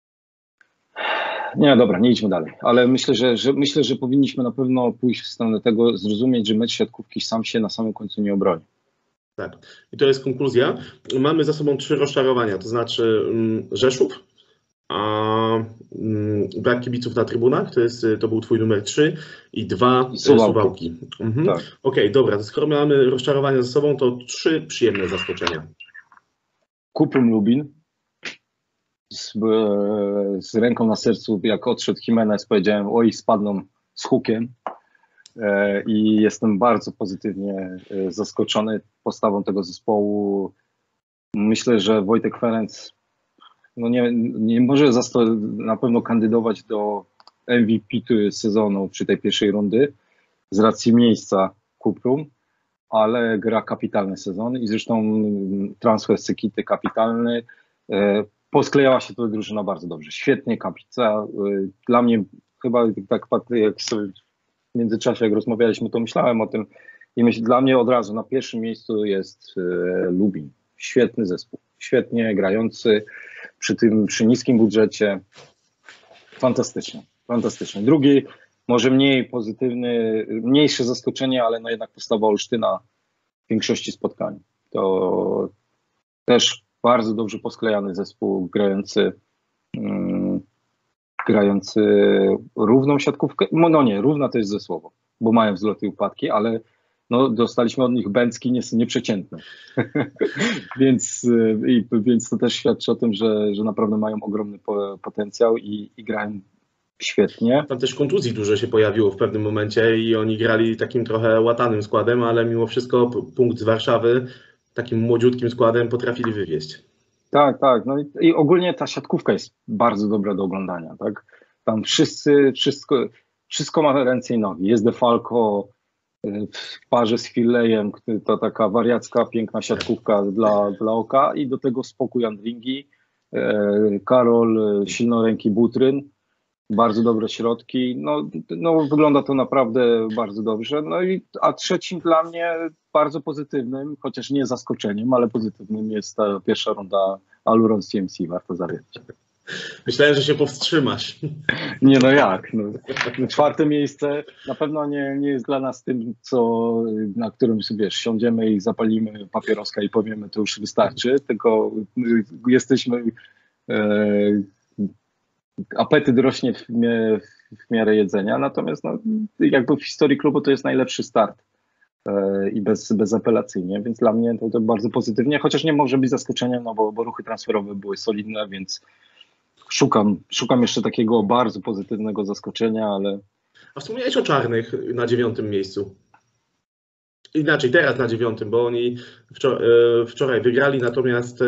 Nie, dobra, nie idźmy dalej, ale myślę, że, że myślę, że powinniśmy na pewno pójść w stronę tego, zrozumieć, że mecz siatkówki sam się na samym końcu nie obroni. Tak. I to jest konkluzja. Mamy za sobą trzy rozczarowania, to znaczy mm, Rzeszów, a mm, brak kibiców na trybunach, to, jest, to był twój numer trzy i dwa I Suwałki. Suwałki. Mhm. Tak. Okej, okay, dobra, to skoro mamy rozczarowania za sobą, to trzy przyjemne zaskoczenia. Kuprum Lubin. Z, z ręką na sercu, jak odszedł Jimenez, powiedziałem, oj, spadną z hukiem. I jestem bardzo pozytywnie zaskoczony postawą tego zespołu. Myślę, że Wojtek Ferenc no nie, nie może na pewno kandydować do M V P sezonu przy tej pierwszej rundy z racji miejsca Kuprum, ale gra kapitalny sezon i zresztą transfer z Sekity kapitalny. Posklejała się to drużyna bardzo dobrze. Świetnie Kapica. Dla mnie chyba tak jak sobie w międzyczasie jak rozmawialiśmy, to myślałem o tym i myśl, dla mnie od razu na pierwszym miejscu jest Lubin. Świetny zespół. Świetnie grający przy tym, przy niskim budżecie. Fantastycznie. Fantastycznie. Drugi, może mniej pozytywny, mniejsze zaskoczenie, ale no jednak postawa Olsztyna w większości spotkań. To też bardzo dobrze posklejany zespół, grający, um, grający równą siatkówkę. No nie, równa to jest ze słowo, bo mają wzloty i upadki, ale no, dostaliśmy od nich bęcki nie, nieprzeciętne. więc, i, więc to też świadczy o tym, że, że naprawdę mają ogromny po, potencjał i, i grają świetnie. Tam też kontuzji dużo się pojawiło w pewnym momencie i oni grali takim trochę łatanym składem, ale mimo wszystko punkt z Warszawy takim młodziutkim składem potrafili wywieźć. Tak, tak. No i, i ogólnie ta siatkówka jest bardzo dobra do oglądania. Tak? Tam wszyscy, wszystko, wszystko ma ręce i nogi. Jest Defalco w parze z Filejem, to taka wariacka, piękna siatkówka dla, dla oka i do tego spokój Andringi, Karol, silnoręki Butryn, bardzo dobre środki, no, no wygląda to naprawdę bardzo dobrze, no i a trzecim dla mnie bardzo pozytywnym, chociaż nie zaskoczeniem, ale pozytywnym jest ta pierwsza runda Aluron C M C, warto zawiedzieć. Myślałem, że się powstrzymasz. Nie no jak, no, czwarte miejsce na pewno nie, nie jest dla nas tym, co, na którym sobie wiesz, siądziemy i zapalimy papieroska i powiemy, to już wystarczy, tylko jesteśmy e, apetyt rośnie w, mie, w miarę jedzenia, natomiast no, jakby w historii klubu to jest najlepszy start e, i bez, bezapelacyjnie, więc dla mnie to, to bardzo pozytywnie, chociaż nie może być zaskoczeniem, no bo, bo ruchy transferowe były solidne, więc szukam, szukam jeszcze takiego bardzo pozytywnego zaskoczenia, ale... A wspomniałeś o Czarnych na dziewiątym miejscu. Inaczej, teraz na dziewiątym, bo oni wczoraj, wczoraj wygrali, natomiast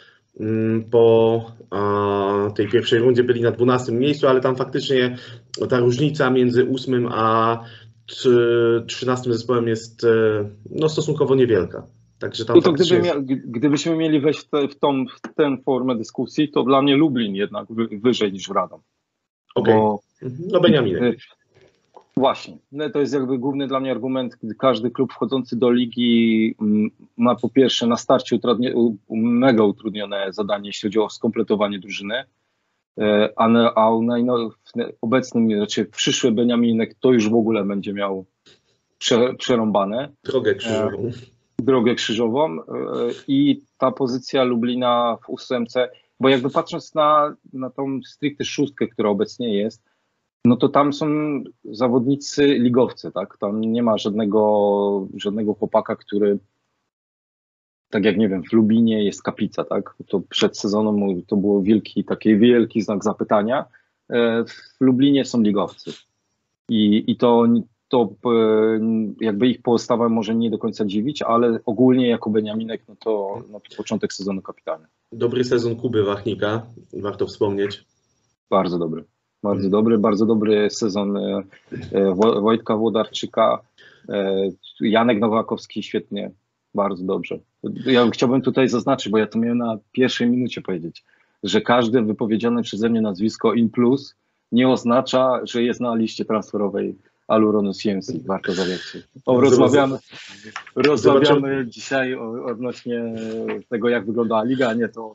po tej pierwszej rundzie byli na dwunastym miejscu, ale tam faktycznie ta różnica między ósmym a trzynastym zespołem jest no, stosunkowo niewielka. Także tam I to gdyby jest... mia, gdybyśmy mieli wejść w, te, w, tą, w tę formę dyskusji, to dla mnie Lublin jednak wy, wyżej niż Radom. Okej, okay. No Beniaminek. Właśnie, no to jest jakby główny dla mnie argument, gdy każdy klub wchodzący do ligi ma po pierwsze na starcie utrudnie, mega utrudnione zadanie, jeśli chodzi o skompletowanie drużyny, a, na, a na, no, w obecnym, znaczy przyszły Beniaminek to już w ogóle będzie miał prze, przerąbane. Drogę krzyżową. Drogę krzyżową i ta pozycja Lublina w ósemce, bo jakby patrząc na, na tą stricte szóstkę, która obecnie jest, no to tam są zawodnicy ligowcy, tak? Tam nie ma żadnego, żadnego chłopaka, który, tak jak nie wiem, w Lubinie jest Kapica, tak? To przed sezonem to było wielki, taki wielki znak zapytania. W Lublinie są ligowcy i, i to to jakby ich postawa może nie do końca dziwić, ale ogólnie jako Beniaminek, no to, no to początek sezonu kapitalny. Dobry sezon Kuby Wachnika, warto wspomnieć. Bardzo dobry, bardzo hmm. dobry, bardzo dobry sezon Wojtka Włodarczyka, Janek Nowakowski świetnie, bardzo dobrze. Ja chciałbym tutaj zaznaczyć, bo ja to miałem na pierwszej minucie powiedzieć, że każde wypowiedziane przeze mnie nazwisko in plus nie oznacza, że jest na liście transferowej Aluronu C M C, warto zawiedzieć. Rozmawiamy, rozmawiamy dzisiaj o, odnośnie tego, jak wygląda liga, a nie to,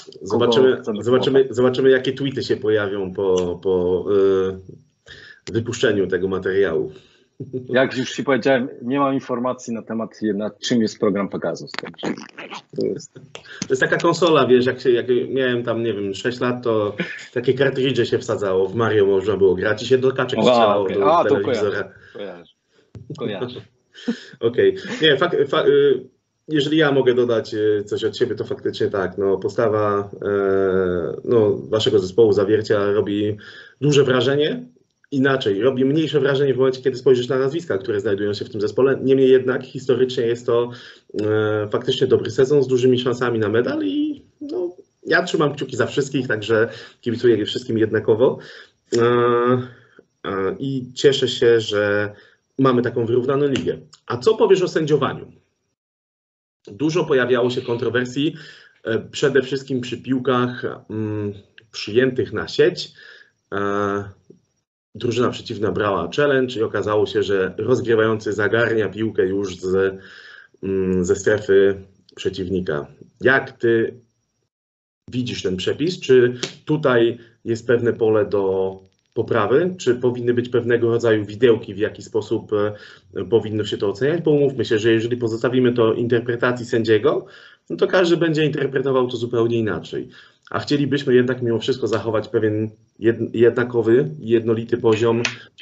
Zobaczymy, chcemy zobaczymy, zobaczymy, jakie tweety się pojawią po, po y, wypuszczeniu tego materiału. Jak już Ci powiedziałem, nie mam informacji na temat, nad czym jest program Pegasus. Także to jest... To jest taka konsola, wiesz, jak, się, jak miałem tam, nie wiem, sześć lat, to takie kartridże się wsadzało, w Mario można było grać i się do kaczek strzelało okay. do A, to telewizora. kojarzę, kojarzę. kojarzę. Okej. Okay. Nie, fak, fa, jeżeli ja mogę dodać coś od siebie, to faktycznie tak, no, postawa e, no, waszego zespołu Zawiercia robi duże wrażenie. Inaczej, robi mniejsze wrażenie w momencie, kiedy spojrzysz na nazwiska, które znajdują się w tym zespole. Niemniej jednak historycznie jest to e, faktycznie dobry sezon z dużymi szansami na medal i no, ja trzymam kciuki za wszystkich, także kibicuję wszystkim jednakowo. E, e, I cieszę się, że mamy taką wyrównaną ligę. A co powiesz o sędziowaniu? Dużo pojawiało się kontrowersji, e, przede wszystkim przy piłkach mm, przyjętych na sieć. E, Drużyna przeciwna brała challenge i okazało się, że rozgrywający zagarnia piłkę już z, ze strefy przeciwnika. Jak ty widzisz ten przepis? Czy tutaj jest pewne pole do poprawy? Czy powinny być pewnego rodzaju widełki, w jaki sposób powinno się to oceniać? Bo umówmy się, że jeżeli pozostawimy to interpretacji sędziego, no to każdy będzie interpretował to zupełnie inaczej. A chcielibyśmy jednak mimo wszystko zachować pewien jednakowy, jednolity poziom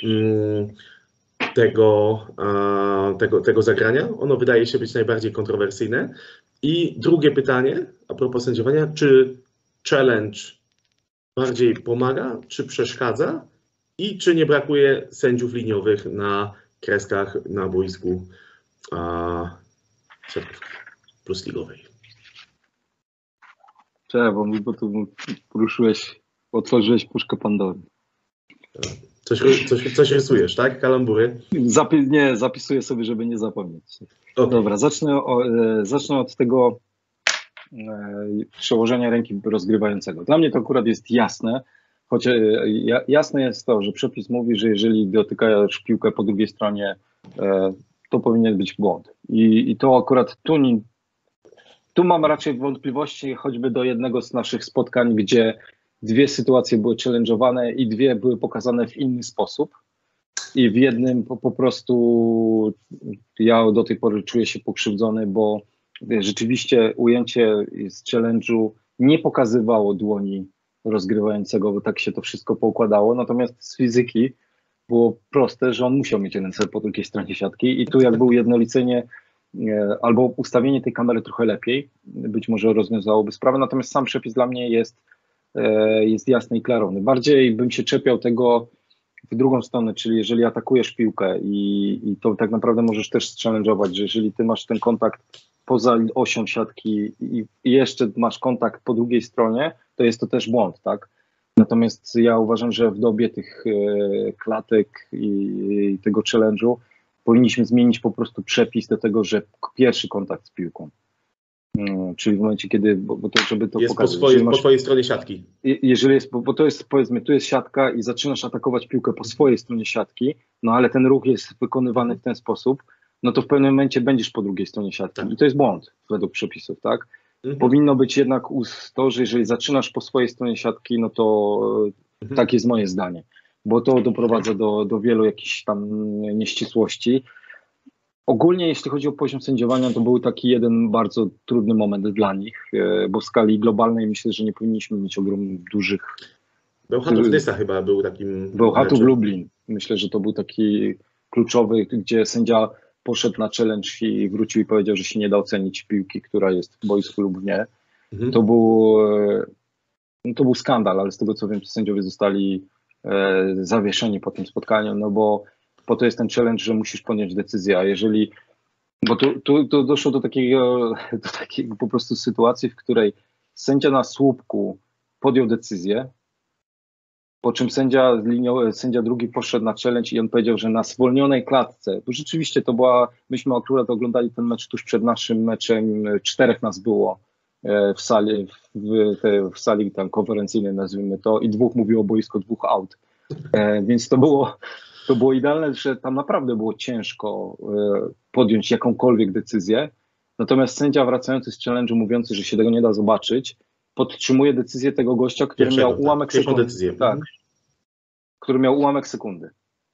tego, tego, tego zagrania. Ono wydaje się być najbardziej kontrowersyjne. I drugie pytanie a propos sędziowania, czy challenge bardziej pomaga, czy przeszkadza i czy nie brakuje sędziów liniowych na kreskach na boisku a, plus ligowej? Cześć, bo, bo tu poruszyłeś, otworzyłeś puszkę Pandory. Coś, coś, coś rysujesz, tak? Kalambury? Zapi nie, zapisuję sobie, żeby nie zapomnieć. Okay. Dobra, zacznę, o, e, zacznę od tego e, przełożenia ręki rozgrywającego. Dla mnie to akurat jest jasne, choć e, jasne jest to, że przepis mówi, że jeżeli dotykasz piłkę po drugiej stronie, e, to powinien być błąd. I, i to akurat tu nie, Tu mam raczej wątpliwości choćby do jednego z naszych spotkań, gdzie dwie sytuacje były challenge'owane i dwie były pokazane w inny sposób. I w jednym po, po prostu ja do tej pory czuję się pokrzywdzony, bo rzeczywiście ujęcie z challenge'u nie pokazywało dłoni rozgrywającego, bo tak się to wszystko poukładało. Natomiast z fizyki było proste, że on musiał mieć ręce po drugiej stronie siatki i tu jakby ujednolicenie albo ustawienie tej kamery trochę lepiej, być może rozwiązałoby sprawę, natomiast sam przepis dla mnie jest, jest jasny i klarowny. Bardziej bym się czepiał tego w drugą stronę, czyli jeżeli atakujesz piłkę i, i to tak naprawdę możesz też challenge'ować, że jeżeli ty masz ten kontakt poza osią siatki i, i jeszcze masz kontakt po drugiej stronie, to jest to też błąd, tak? Natomiast ja uważam, że w dobie tych e, klatek i, i tego challenge'u powinniśmy zmienić po prostu przepis do tego, że pierwszy kontakt z piłką. Hmm, czyli w momencie, kiedy, bo, bo to, żeby to jest pokazać. Po swojej, masz, po twojej stronie siatki. Jeżeli jest, bo, bo to jest, powiedzmy, tu jest siatka i zaczynasz atakować piłkę po swojej stronie siatki, no ale ten ruch jest wykonywany w ten sposób, no to w pewnym momencie będziesz po drugiej stronie siatki. Tak. I to jest błąd według przepisów, tak? Mhm. Powinno być jednak to, że jeżeli zaczynasz po swojej stronie siatki, no to mhm. tak jest moje zdanie. Bo to doprowadza do, do wielu jakichś tam nieścisłości. Ogólnie jeśli chodzi o poziom sędziowania, to był taki jeden bardzo trudny moment dla nich, bo w skali globalnej myślę, że nie powinniśmy mieć ogromnych, dużych... Bełchatów Nysa chyba był takim... Bełchatów Lublin. Myślę, że to był taki kluczowy, gdzie sędzia poszedł na challenge i wrócił i powiedział, że się nie da ocenić piłki, która jest w boisku lub nie. Mhm. To był, no to był skandal, ale z tego co wiem, sędziowie zostali e, zawieszeni po tym spotkaniu, no bo po to jest ten challenge, że musisz podjąć decyzję, a jeżeli, bo tu, tu, tu doszło do takiego, do takiej po prostu sytuacji, w której sędzia na słupku podjął decyzję, po czym sędzia, linią, sędzia drugi poszedł na challenge i on powiedział, że na zwolnionej klatce, bo rzeczywiście to była, myśmy akurat oglądali ten mecz tuż przed naszym meczem, czterech nas było w sali, w, te, w sali tam konferencyjnej, nazwijmy to, i dwóch mówiło o boisku, dwóch aut, e, więc to było To było idealne, że tam naprawdę było ciężko podjąć jakąkolwiek decyzję. Natomiast sędzia wracający z challenge'u, mówiący, że się tego nie da zobaczyć, podtrzymuje decyzję tego gościa, który Pierwszego, miał ułamek tak, pierwszą sekundy. decyzję. Tak, Mhm. który miał ułamek sekundy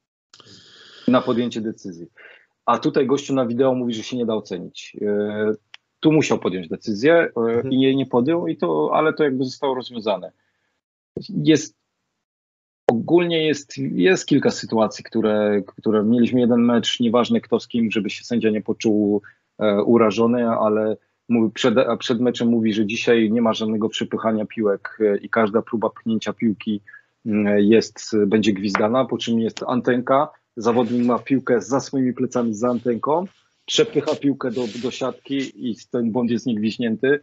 na podjęcie decyzji. A tutaj gościu na wideo mówi, że się nie da ocenić. E, tu musiał podjąć decyzję e, Mhm. i jej nie podjął, i to, ale to jakby zostało rozwiązane. Jest ogólnie jest, jest kilka sytuacji, które, które mieliśmy jeden mecz, nieważne kto z kim, żeby się sędzia nie poczuł e, urażony, ale mówi, przed, a przed meczem mówi, że dzisiaj nie ma żadnego przepychania piłek e, i każda próba pchnięcia piłki e, jest, będzie gwizdana, po czym jest antenka, zawodnik ma piłkę za swoimi plecami za antenką, przepycha piłkę do, do siatki i ten błąd jest niegwiźnięty.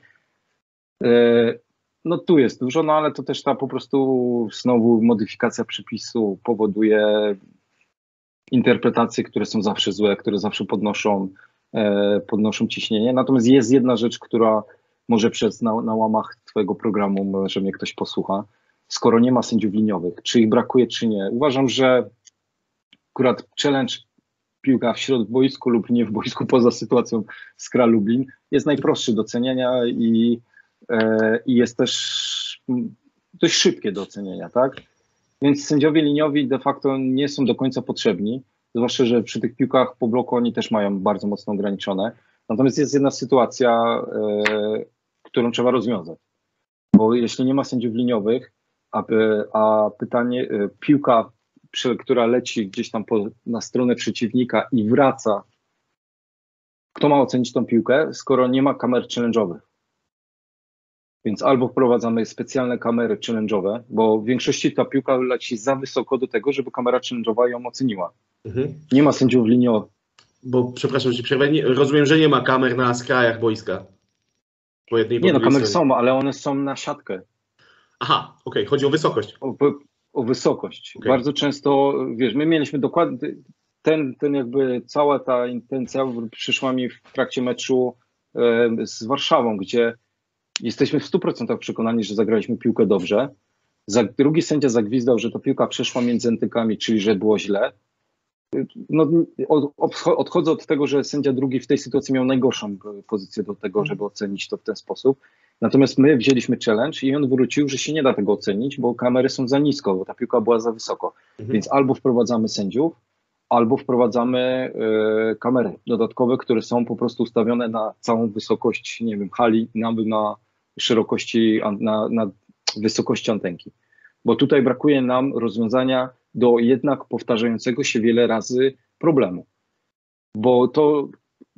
E, No tu jest dużo, no ale to też ta po prostu znowu modyfikacja przepisu powoduje interpretacje, które są zawsze złe, które zawsze podnoszą, e, podnoszą ciśnienie. Natomiast jest jedna rzecz, która może przez na, na łamach twojego programu, może mnie ktoś posłucha, skoro nie ma sędziów liniowych, czy ich brakuje, czy nie. Uważam, że akurat challenge piłka w środboisku lub nie w boisku poza sytuacją Skra Lublin jest najprostszy do oceniania i i jest też dość szybkie do ocenienia, tak? Więc sędziowie liniowi de facto nie są do końca potrzebni, zwłaszcza, że przy tych piłkach po bloku oni też mają bardzo mocno ograniczone. Natomiast jest jedna sytuacja, e, którą trzeba rozwiązać, bo jeśli nie ma sędziów liniowych, a, a pytanie, e, piłka, przy, która leci gdzieś tam po, na stronę przeciwnika i wraca, kto ma ocenić tą piłkę, skoro nie ma kamer challenge'owych? Więc albo wprowadzamy specjalne kamery challenge'owe, bo w większości ta piłka leci za wysoko do tego, żeby kamera challenge'owa ją oceniła. Mhm. Nie ma sędziów liniowych. Bo, przepraszam, że przerwę, nie, rozumiem, że nie ma kamer na skrajach boiska. Po jednej i po Nie no, drugiej kamery stronie. są, ale one są na siatkę. Aha, okej, chodzi o wysokość. O, o wysokość. Okay. Bardzo często, wiesz, my mieliśmy dokładnie, ten, ten jakby cała ta intencja przyszła mi w trakcie meczu e, z Warszawą, gdzie jesteśmy w stu procentach przekonani, że zagraliśmy piłkę dobrze. Za, drugi sędzia zagwizdał, że ta piłka przeszła między entykami, czyli że było źle. No, od, odchodzę od tego, że sędzia drugi w tej sytuacji miał najgorszą pozycję do tego, żeby ocenić to w ten sposób. Natomiast my wzięliśmy challenge i on wrócił, że się nie da tego ocenić, bo kamery są za nisko, bo ta piłka była za wysoko. Mhm. Więc albo wprowadzamy sędziów, albo wprowadzamy y, kamery dodatkowe, które są po prostu ustawione na całą wysokość, nie wiem, hali, nawet na szerokości, na, na wysokości antenki. Bo tutaj brakuje nam rozwiązania do jednak powtarzającego się wiele razy problemu. Bo to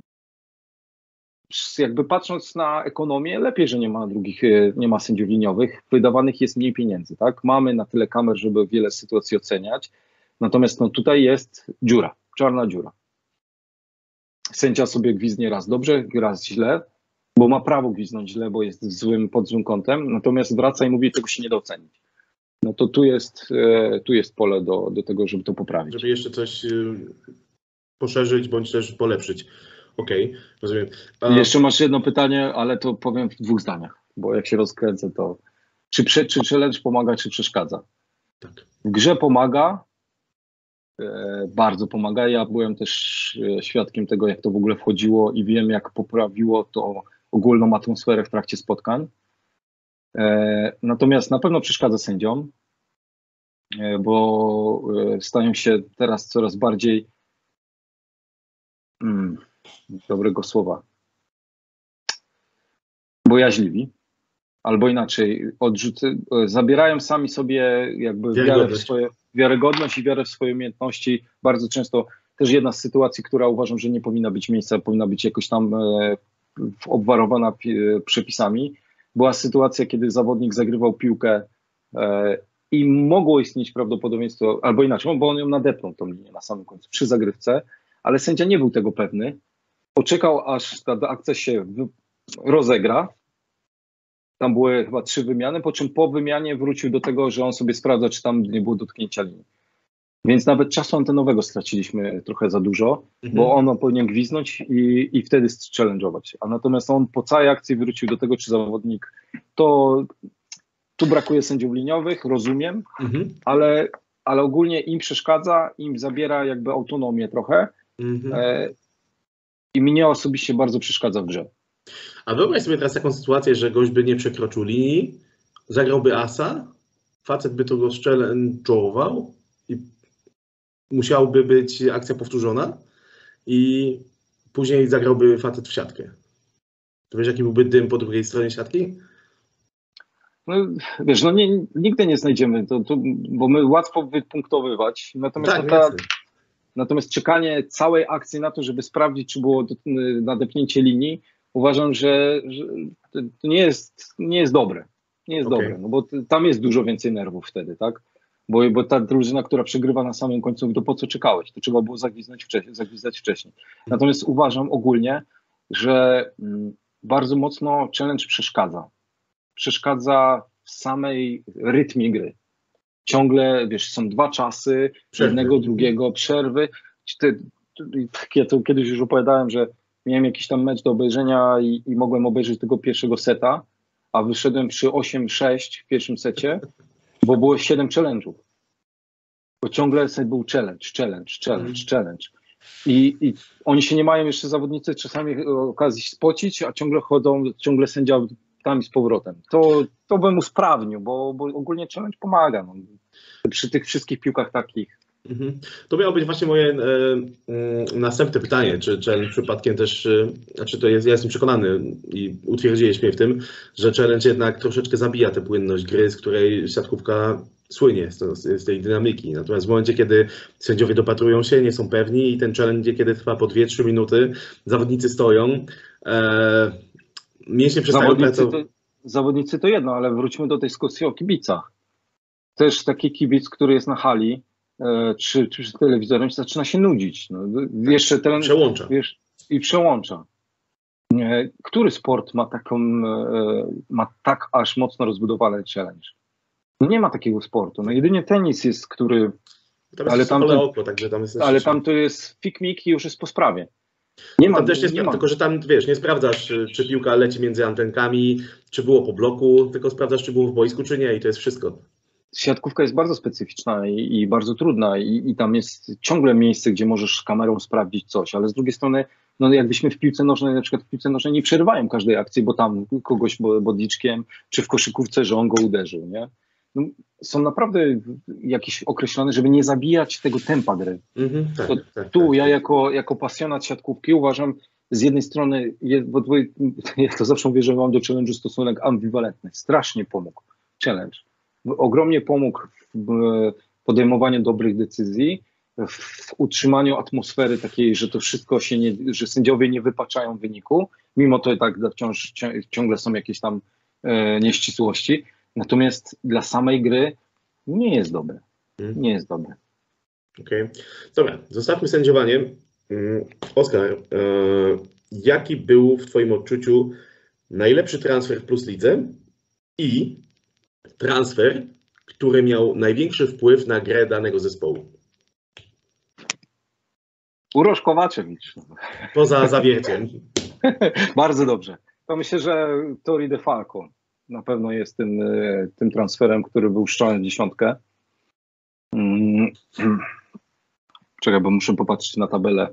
jakby patrząc na ekonomię, lepiej, że nie ma drugich, nie ma sędziów liniowych, wydawanych jest mniej pieniędzy, tak? Mamy na tyle kamer, żeby wiele sytuacji oceniać, natomiast no tutaj jest dziura, czarna dziura. Sędzia sobie gwizdnie raz dobrze, raz źle, bo ma prawo gwizdnąć źle, bo jest złym, pod złym kątem, natomiast wraca i mówi, tego się nie da ocenić. No to tu jest, tu jest pole do, do tego, żeby to poprawić. Żeby jeszcze coś poszerzyć, bądź też polepszyć. Okej, okay, rozumiem. A... Jeszcze masz jedno pytanie, ale to powiem w dwóch zdaniach, bo jak się rozkręcę, to czy, prze, czy challenge pomaga, czy przeszkadza? Tak. W grze pomaga, e, bardzo pomaga. Ja byłem też świadkiem tego, jak to w ogóle wchodziło i wiem, jak poprawiło to ogólną atmosferę w trakcie spotkań. E, natomiast na pewno przeszkadza sędziom, e, bo e, stają się teraz coraz bardziej mm, dobrego słowa bojaźliwi, albo inaczej odrzucy, zabierają sami sobie jakby wiarę w swoje, wiarygodność i wiarę w swoje umiejętności. Bardzo często też jedna z sytuacji, która uważam, że nie powinna być miejsca, powinna być jakoś tam e, obwarowana e, przepisami. Była sytuacja, kiedy zawodnik zagrywał piłkę e, i mogło istnieć prawdopodobieństwo, albo inaczej, bo on ją nadepnął tą linię na samym końcu przy zagrywce, ale sędzia nie był tego pewny. Poczekał, aż ta akcja się rozegra. Tam były chyba trzy wymiany, po czym po wymianie wrócił do tego, że on sobie sprawdza, czy tam nie było dotknięcia linii. Więc nawet czasu antenowego straciliśmy trochę za dużo, mhm. bo on powinien gwiznąć i, i wtedy challenge'ować. A natomiast on po całej akcji wrócił do tego, czy zawodnik, to tu brakuje sędziów liniowych, rozumiem, mhm. ale, ale ogólnie im przeszkadza, im zabiera jakby autonomię trochę mhm. e, i mnie osobiście bardzo przeszkadza w grze. A wyobraź sobie teraz taką sytuację, że gość by nie przekroczył linii, zagrałby asa, facet by to go challenge'ował i musiałaby być akcja powtórzona i później zagrałby facet w siatkę. To wiesz, jaki byłby dym po drugiej stronie siatki? No, wiesz, no nie, nigdy nie znajdziemy, to, to, bo my łatwo wypunktowywać, natomiast, Tak, no ta, jasne. natomiast czekanie całej akcji na to, żeby sprawdzić, czy było nadepnięcie linii, uważam, że, że to nie jest, nie jest dobre. Nie jest Okej. dobre, no bo tam jest dużo więcej nerwów wtedy, tak? Bo, bo ta drużyna, która przegrywa na samym końcu, to po co czekałeś? To trzeba było zagwizdać wcześniej. Zagwizdać wcześniej. Natomiast uważam ogólnie, że mm, bardzo mocno challenge przeszkadza. Przeszkadza w samej rytmie gry. Ciągle, wiesz, są dwa czasy, Przerwy. jednego, drugiego, przerwy. Te, tak, ja to kiedyś już opowiadałem, że miałem jakiś tam mecz do obejrzenia i, i mogłem obejrzeć tego pierwszego seta, a wyszedłem przy osiem sześć w pierwszym secie, bo było siedem challenge'ów. Bo ciągle set był challenge, challenge, challenge, challenge. I, I oni się nie mają jeszcze zawodnicy czasami okazji spocić, a ciągle chodzą, ciągle sędzia tam i z powrotem. To, to bym usprawnił, bo, bo ogólnie challenge pomaga. No. Przy tych wszystkich piłkach takich. Mhm. To miało być właśnie moje e, e, następne pytanie, czy challenge przypadkiem też, e, znaczy to jest, ja jestem przekonany i utwierdziłeś mnie w tym, że challenge jednak troszeczkę zabija tę płynność gry, z której siatkówka słynie, z, z tej dynamiki. Natomiast w momencie, kiedy sędziowie dopatrują się, nie są pewni i ten challenge, kiedy trwa po dwie trzy minuty, zawodnicy stoją, e, mięśnie przestają Zawodnicy pracować. to, zawodnicy to jedno, ale wróćmy do tej dyskusji o kibicach. Też taki kibic, który jest na hali, czy, czy przy telewizorem, zaczyna się nudzić. No, jeszcze ten, Przełącza. Wiesz, i przełącza. Który sport ma taką, ma tak aż mocno rozbudowany challenge? No nie ma takiego sportu. No jedynie tenis jest, który... Tam jest ale tam, to, to, oko, także tam jest ale tam to jest fikmik i już jest po sprawie. Nie ma, tam też nie, nie ma. Tylko że tam, wiesz, nie sprawdzasz, czy, czy piłka leci między antenkami, czy było po bloku, tylko sprawdzasz, czy było w boisku, czy nie i to jest wszystko. Siatkówka jest bardzo specyficzna i, i bardzo trudna i, i tam jest ciągle miejsce, gdzie możesz kamerą sprawdzić coś, ale z drugiej strony, no jakbyśmy w piłce nożnej, na przykład w piłce nożnej nie przerywają każdej akcji, bo tam kogoś bodliczkiem, czy w koszykówce, że on go uderzył, nie? No, są naprawdę jakieś określone, żeby nie zabijać tego tempa gry. Mhm, tak, To tak, tu tak. ja jako, jako pasjonat siatkówki uważam, z jednej strony, je- bo tu- ja to zawsze mówię, że mam do challenge'u stosunek ambiwalentny. Strasznie pomógł challenge. Ogromnie pomógł w podejmowaniu dobrych decyzji, w utrzymaniu atmosfery takiej, że to wszystko się nie, że sędziowie nie wypaczają wyniku, mimo to i tak wciąż ciągle są jakieś tam e, nieścisłości. Natomiast dla samej gry nie jest dobre. Nie jest dobre. Okej. Dobra, zostawmy sędziowanie. Mm, Oskar, e, jaki był w twoim odczuciu najlepszy transfer w Plus Lidze i transfer, który miał największy wpływ na grę danego zespołu? Uroš Kovačević. Poza zawierciem. Bardzo dobrze. To myślę, że Tori DeFalco na pewno jest tym, e, tym transferem, który był szczelny w dziesiątkę. Mm. Czekaj, bo muszę popatrzeć na tabelę.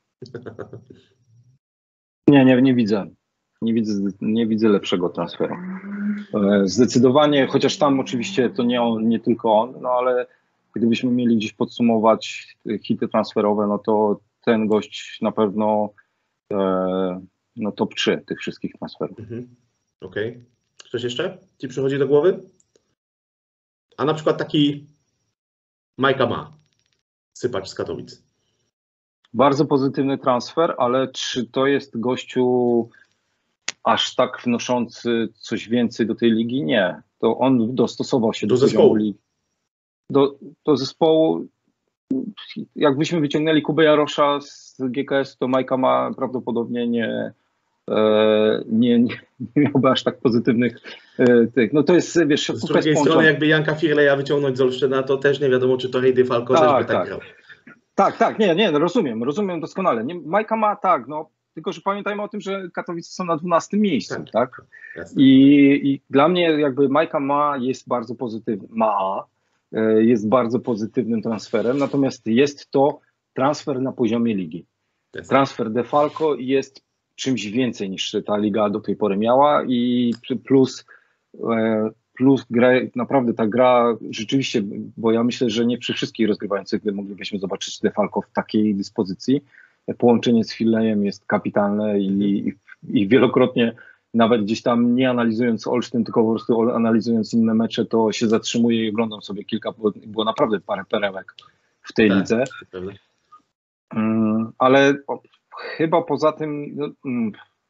Nie, nie, nie widzę. Nie widzę, nie widzę lepszego transferu. E, Zdecydowanie, chociaż tam oczywiście to nie on, nie tylko on, no ale gdybyśmy mieli gdzieś podsumować hity transferowe, no to ten gość na pewno e, no top trzy tych wszystkich transferów. Mhm. Okej. Coś jeszcze ci przychodzi do głowy? A na przykład taki Majka Ma, sypacz z Katowic. Bardzo pozytywny transfer, ale czy to jest gościu aż tak wnoszący coś więcej do tej ligi? Nie. To on dostosował się Do do, zespołu. poziomu ligi. Do, do zespołu. Jakbyśmy wyciągnęli Kubę Jarosza z G K S, to Majka Ma prawdopodobnie nie, e, nie, nie, nie miałby aż tak pozytywnych e, tych. No to jest, wiesz, Z siatkówka drugiej jest strony, połączona. jakby Janka Firleja wyciągnąć z Olsztyna, to też nie wiadomo, czy Tori DeFalco Tak, też by tak, tak. grał. Tak, tak, nie, nie, rozumiem, rozumiem doskonale. Nie, Majka Ma tak, no, tylko że pamiętajmy o tym, że Katowice są na dwunastym miejscu, Tak. tak? Jasne. I, I dla mnie jakby Majka Ma jest bardzo pozytywny, Ma e, jest bardzo pozytywnym transferem, natomiast jest to transfer na poziomie ligi. Jasne. Transfer DeFalco jest czymś więcej niż ta liga do tej pory miała i plus, plus gra, naprawdę ta gra rzeczywiście, bo ja myślę, że nie przy wszystkich rozgrywających moglibyśmy zobaczyć Defalco w takiej dyspozycji. Połączenie z Finlayem jest kapitalne i, i wielokrotnie nawet gdzieś tam nie analizując Olsztyn, tylko po prostu analizując inne mecze, to się zatrzymuję i oglądam sobie kilka, bo było naprawdę parę perełek w tej tak, lidze. Um, ale o, chyba poza tym... Um.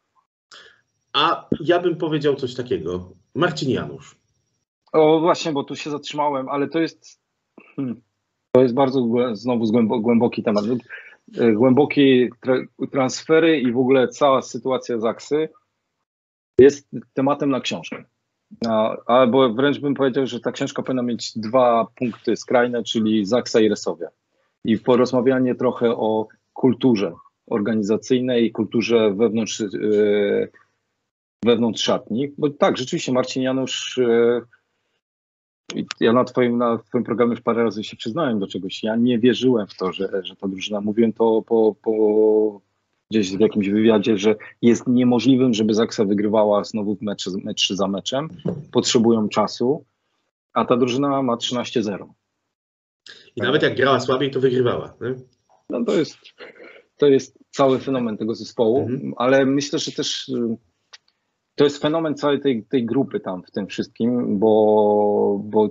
A ja bym powiedział coś takiego. Marcin Janusz. O właśnie, bo tu się zatrzymałem, ale to jest hmm, to jest bardzo znowu głęboki temat. Głębokie tra transfery i w ogóle cała sytuacja Zaksy jest tematem na książkę. A, albo wręcz bym powiedział, że ta książka powinna mieć dwa punkty skrajne, czyli Zaksa i Resowia. I porozmawianie trochę o kulturze organizacyjnej i kulturze wewnątrz, yy, wewnątrz szatni. Bo tak, rzeczywiście Marcin Janusz, yy, ja na twoim, na twoim programie już parę razy się przyznałem do czegoś. Ja nie wierzyłem w to, że, że ta drużyna, mówiłem to po, po gdzieś w jakimś wywiadzie, że jest niemożliwym, żeby Zaksa wygrywała znowu mecz, mecz za meczem. Potrzebują czasu, a ta drużyna ma trzynaście zero. I nawet jak grała słabiej, to wygrywała. Nie? No to jest, to jest cały fenomen tego zespołu, mhm. ale myślę, że też to jest fenomen całej tej, tej grupy tam w tym wszystkim, bo, bo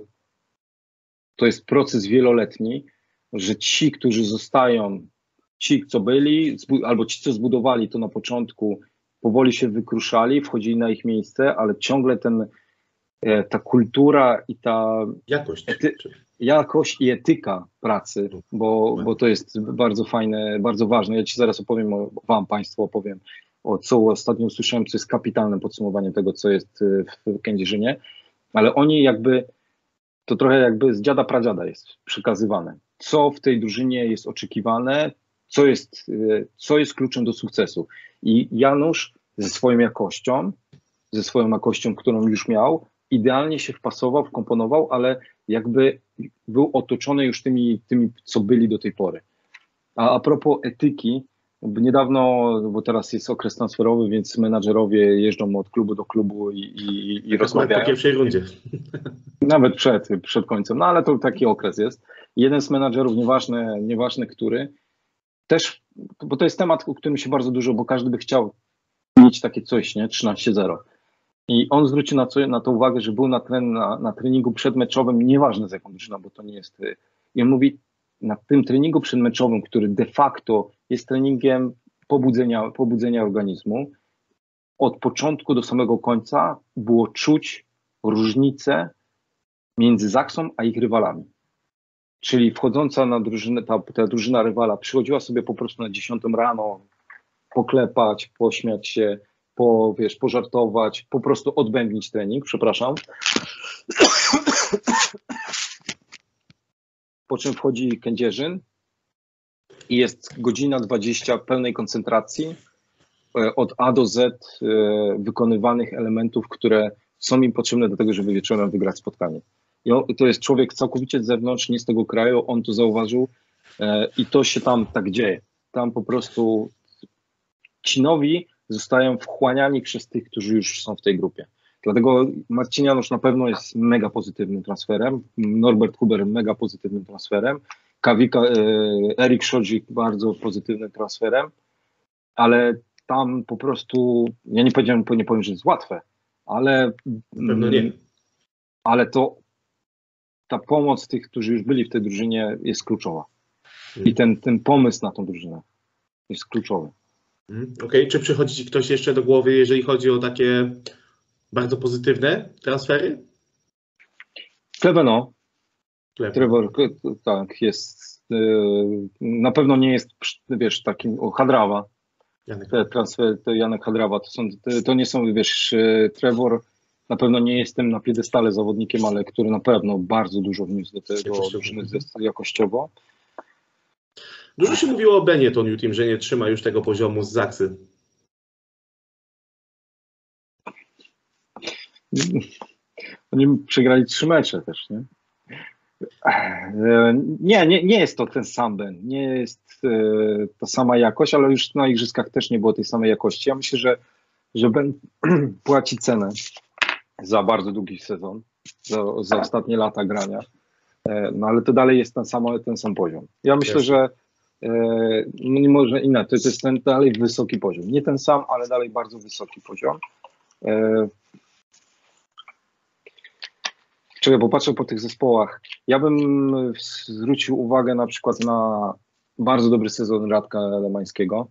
to jest proces wieloletni, że ci, którzy zostają, ci, co byli, albo ci, co zbudowali to na początku, powoli się wykruszali, wchodzili na ich miejsce, ale ciągle ten, ta kultura i ta jakość, ety, jakość i etyka pracy, bo, bo to jest bardzo fajne, bardzo ważne. Ja ci zaraz opowiem, o, wam, państwu opowiem, o co ostatnio usłyszałem, co jest kapitalne podsumowanie tego, co jest w Kędzierzynie, ale oni jakby, to trochę jakby z dziada pradziada jest przekazywane. Co w tej drużynie jest oczekiwane, co jest, co jest kluczem do sukcesu. I Janusz ze swoją jakością, ze swoją jakością, którą już miał, idealnie się wpasował, wkomponował, ale jakby był otoczony już tymi, tymi co byli do tej pory. A a propos etyki, niedawno, bo teraz jest okres transferowy, więc menadżerowie jeżdżą od klubu do klubu i, i, i rozmawiają. Po pierwszej rundzie. Nawet przed, przed końcem, no ale to taki okres jest. Jeden z menadżerów, nieważne, nieważne który, też, bo to jest temat, o którym się bardzo dużo, bo każdy by chciał mieć takie coś, nie, trzynaście zero. I on zwrócił na to, na to uwagę, że był na, tren, na, na treningu przedmeczowym, nieważne z jaką drużyną, bo to nie jest... I on mówi, na tym treningu przedmeczowym, który de facto jest treningiem pobudzenia, pobudzenia organizmu, od początku do samego końca było czuć różnicę między Zaksą a ich rywalami. Czyli wchodząca na drużynę, ta, ta drużyna rywala przychodziła sobie po prostu na dziesiątą rano poklepać, pośmiać się, po, wiesz, pożartować, po prostu odbębnić trening, przepraszam. Po czym wchodzi Kędzierzyn i jest godzina dwadzieścia pełnej koncentracji od A do Z wykonywanych elementów, które są im potrzebne do tego, żeby wieczorem wygrać spotkanie. I on, to jest człowiek całkowicie z zewnątrz, nie z tego kraju, on to zauważył i to się tam tak dzieje. Tam po prostu ci nowi zostają wchłaniani przez tych, którzy już są w tej grupie. Dlatego Marcin Janusz na pewno jest mega pozytywnym transferem, Norbert Huber mega pozytywnym transferem, Kawika, e, Erik Szodzik bardzo pozytywnym transferem, ale tam po prostu, ja nie powiedziałem, nie powiem, że jest łatwe, ale, na pewno nie. ale to ta pomoc tych, którzy już byli w tej drużynie jest kluczowa. Hmm. I ten, ten pomysł na tą drużynę jest kluczowy. Hmm. Okej, okay. Czy przychodzi ci ktoś jeszcze do głowy, jeżeli chodzi o takie bardzo pozytywne transfery? Kleveno. Trevor, tak, jest, na pewno nie jest, wiesz, takim, o, Hadrawa. Janek. Te transfery, to Janek Hadrawa, to, są, to nie są, wiesz, Trevor, na pewno nie jestem na piedestale zawodnikiem, ale który na pewno bardzo dużo wniósł do tego drużyny jakościowo. Dużo się mówiło o Benetton Team, że nie trzyma już tego poziomu z Zaksy. Oni przegrali trzy mecze też, nie? Nie, nie, nie jest to ten sam Ben, nie jest e, ta sama jakość, ale już na igrzyskach też nie było tej samej jakości. Ja myślę, że, że Ben płaci cenę za bardzo długi sezon, za, za ostatnie lata grania, e, no ale to dalej jest ten sam, ten sam poziom. Ja myślę, Jasne. że e, no nie może inaczej, to jest ten dalej wysoki poziom. Nie ten sam, ale dalej bardzo wysoki poziom. E, Czekaj, bo patrzę po tych zespołach. Ja bym zwrócił uwagę na przykład na bardzo dobry sezon Radka Lemańskiego.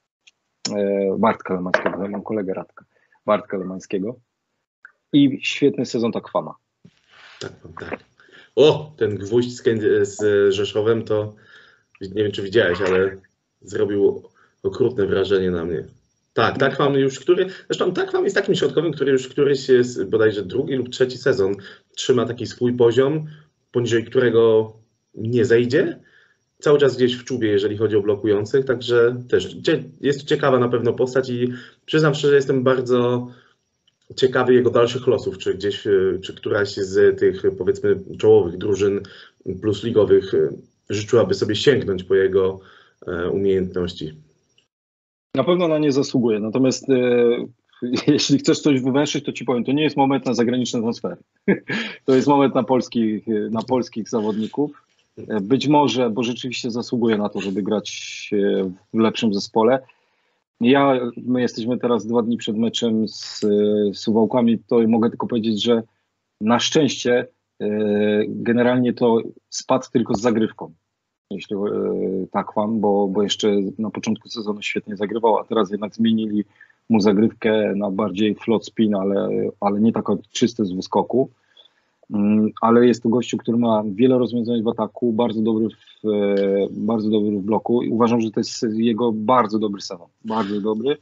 E, Bartka Lemańskiego, ja mam kolegę Radka. Bartka Lemańskiego. I świetny sezon Takwama. Tak, tak. O, ten gwóźdź z, Kęd- z Rzeszowem to nie wiem, czy widziałeś, ale zrobił okrutne wrażenie na mnie. Tak, tak mam już, który, zresztą tak mam jest takim środkowym, który już któryś jest bodajże drugi lub trzeci sezon trzyma taki swój poziom, poniżej którego nie zejdzie. Cały czas gdzieś w czubie, jeżeli chodzi o blokujących, także też cie- jest to ciekawa na pewno postać i przyznam szczerze, jestem bardzo ciekawy jego dalszych losów, czy gdzieś, e, czy któraś z tych powiedzmy czołowych drużyn plus ligowych e, życzyłaby sobie sięgnąć po jego e, umiejętności. Na pewno na nie zasługuje. Natomiast e, jeśli chcesz coś wywęszyć, to ci powiem, to nie jest moment na zagraniczne transfery. To jest moment na polskich, na polskich zawodników. E, Być może, bo rzeczywiście zasługuje na to, żeby grać e, w lepszym zespole. Ja, my jesteśmy teraz dwa dni przed meczem z e, Suwałkami, to mogę tylko powiedzieć, że na szczęście e, generalnie to spadł tylko z zagrywką. Jeśli e, tak wam, bo, bo jeszcze na początku sezonu świetnie zagrywał, a teraz jednak zmienili mu zagrywkę na bardziej float spin, ale, ale nie tak czysty z wyskoku. Mm, Ale jest to gościu, który ma wiele rozwiązań w ataku, bardzo dobry w, e, bardzo dobry w bloku i uważam, że to jest jego bardzo dobry sezon, bardzo dobry.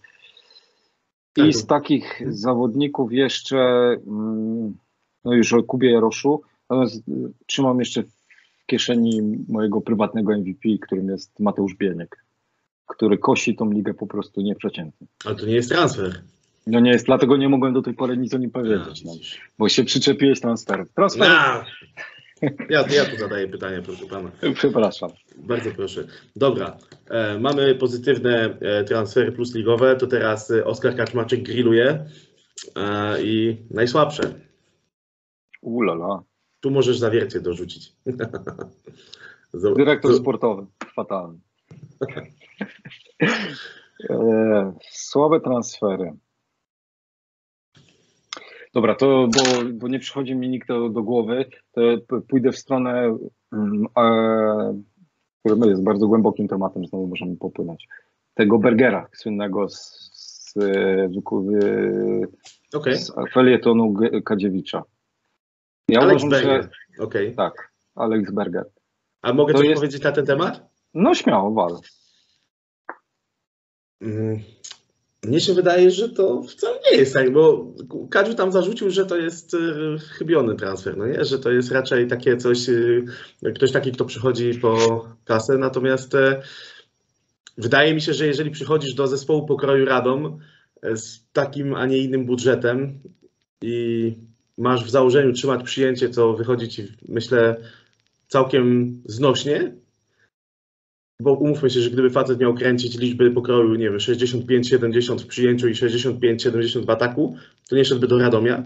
I Tak. z takich zawodników jeszcze, mm, no już o Kubie Jaroszu, natomiast y, trzymam jeszcze w kieszeni mojego prywatnego M V P, którym jest Mateusz Bieniek, który kosi tą ligę po prostu nieprzeciętnie. Ale to nie jest transfer. No nie jest, dlatego nie mogłem do tej pory nic o nim powiedzieć, A, no, widzisz. bo się przyczepiłeś transferem. Transfer, A! Ja, ja tu zadaję pytanie, proszę pana. przepraszam. Bardzo proszę. Dobra, e, mamy pozytywne e, transfery plus ligowe, to teraz e, Oskar Kaczmarczyk grilluje e, i najsłabsze. Ulala. Tu możesz zawiercie dorzucić. Zobacz- Dyrektor to- sportowy, fatalny. e, słabe transfery. Dobra, to bo, bo nie przychodzi mi nikt do, do głowy, to p- pójdę w stronę, mm, e, który jest bardzo głębokim tematem, znowu możemy popłynąć. Tego Bergera, słynnego z, z, z, Okej, z felietonu G- Kadziewicza. Ja Alex uważam, Berger. że Okej. tak, Alex Berger. A mogę To coś jest- powiedzieć na ten temat? No śmiało, wal. Mm, Mnie się wydaje, że to wcale nie jest tak, bo Kadziu tam zarzucił, że to jest e, chybiony transfer, no nie? Że to jest raczej takie coś, e, ktoś taki, kto przychodzi po kasę, natomiast e, wydaje mi się, że jeżeli przychodzisz do zespołu pokroju Radom e, z takim, a nie innym budżetem i masz w założeniu trzymać przyjęcie, co wychodzi ci, myślę, całkiem znośnie, bo umówmy się, że gdyby facet miał kręcić liczby pokroju, nie wiem, sześćdziesiąt pięć siedemdziesiąt w przyjęciu i sześćdziesiąt pięć siedemdziesiąt w ataku, to nie szedłby do Radomia.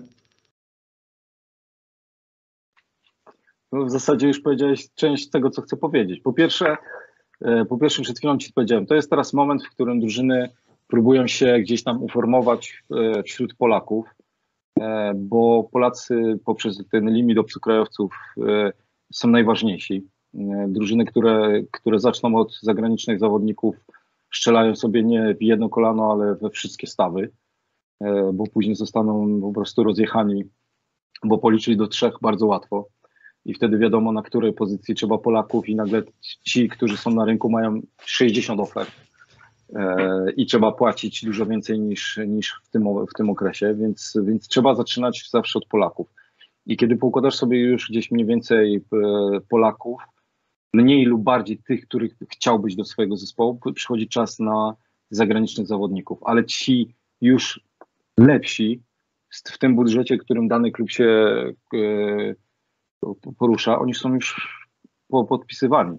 No, w zasadzie już powiedziałeś część tego, co chcę powiedzieć. Po pierwsze, e, po pierwsze przed chwilą ci powiedziałem, to jest teraz moment, w którym drużyny próbują się gdzieś tam uformować e, wśród Polaków, e, bo Polacy poprzez ten limit obcokrajowców e, są najważniejsi. E, Drużyny, które, które zaczną od zagranicznych zawodników, strzelają sobie nie w jedno kolano, ale we wszystkie stawy, e, bo później zostaną po prostu rozjechani, bo policzyć do trzech bardzo łatwo. I wtedy wiadomo, na której pozycji trzeba Polaków i nagle ci, którzy są na rynku, mają sześćdziesiąt ofert e, i trzeba płacić dużo więcej niż, niż w, tym, w tym okresie, więc, więc trzeba zaczynać zawsze od Polaków. I kiedy poukładasz sobie już gdzieś mniej więcej e, Polaków, mniej lub bardziej tych, których chciałbyś do swojego zespołu, przychodzi czas na zagranicznych zawodników, ale ci już lepsi w tym budżecie, którym dany klub się e, porusza, oni są już po, podpisywani.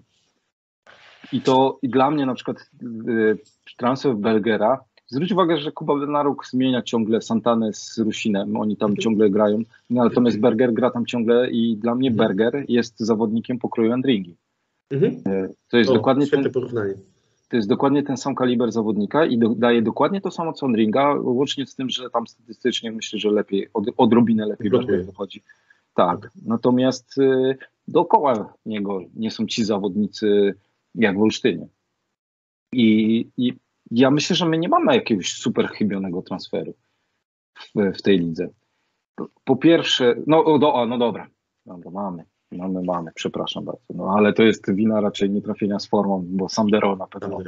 I to i dla mnie na przykład y, transfer Bergera, zwróć uwagę, że Kuba Bednaruk zmienia ciągle Santanę z Rusinem, oni tam ciągle grają, natomiast Berger gra tam ciągle i dla mnie Berger jest zawodnikiem pokroju Endringi. Mhm. To jest O, dokładnie świetne ten, porównanie. to jest dokładnie ten sam kaliber zawodnika i do, daje dokładnie to samo co Endringa, łącznie z tym, że tam statystycznie myślę, że lepiej, od, odrobinę lepiej Blokuje. Berger wychodzi. Tak, natomiast y, dookoła niego nie są ci zawodnicy jak w Olsztynie. I, I ja myślę, że my nie mamy jakiegoś super chybionego transferu w, w tej lidze. Po, po pierwsze, no, o, do, o, no dobra, dobra, mamy, mamy, mamy, przepraszam bardzo, no ale to jest wina raczej nie trafienia z formą, bo Sandero na pewno,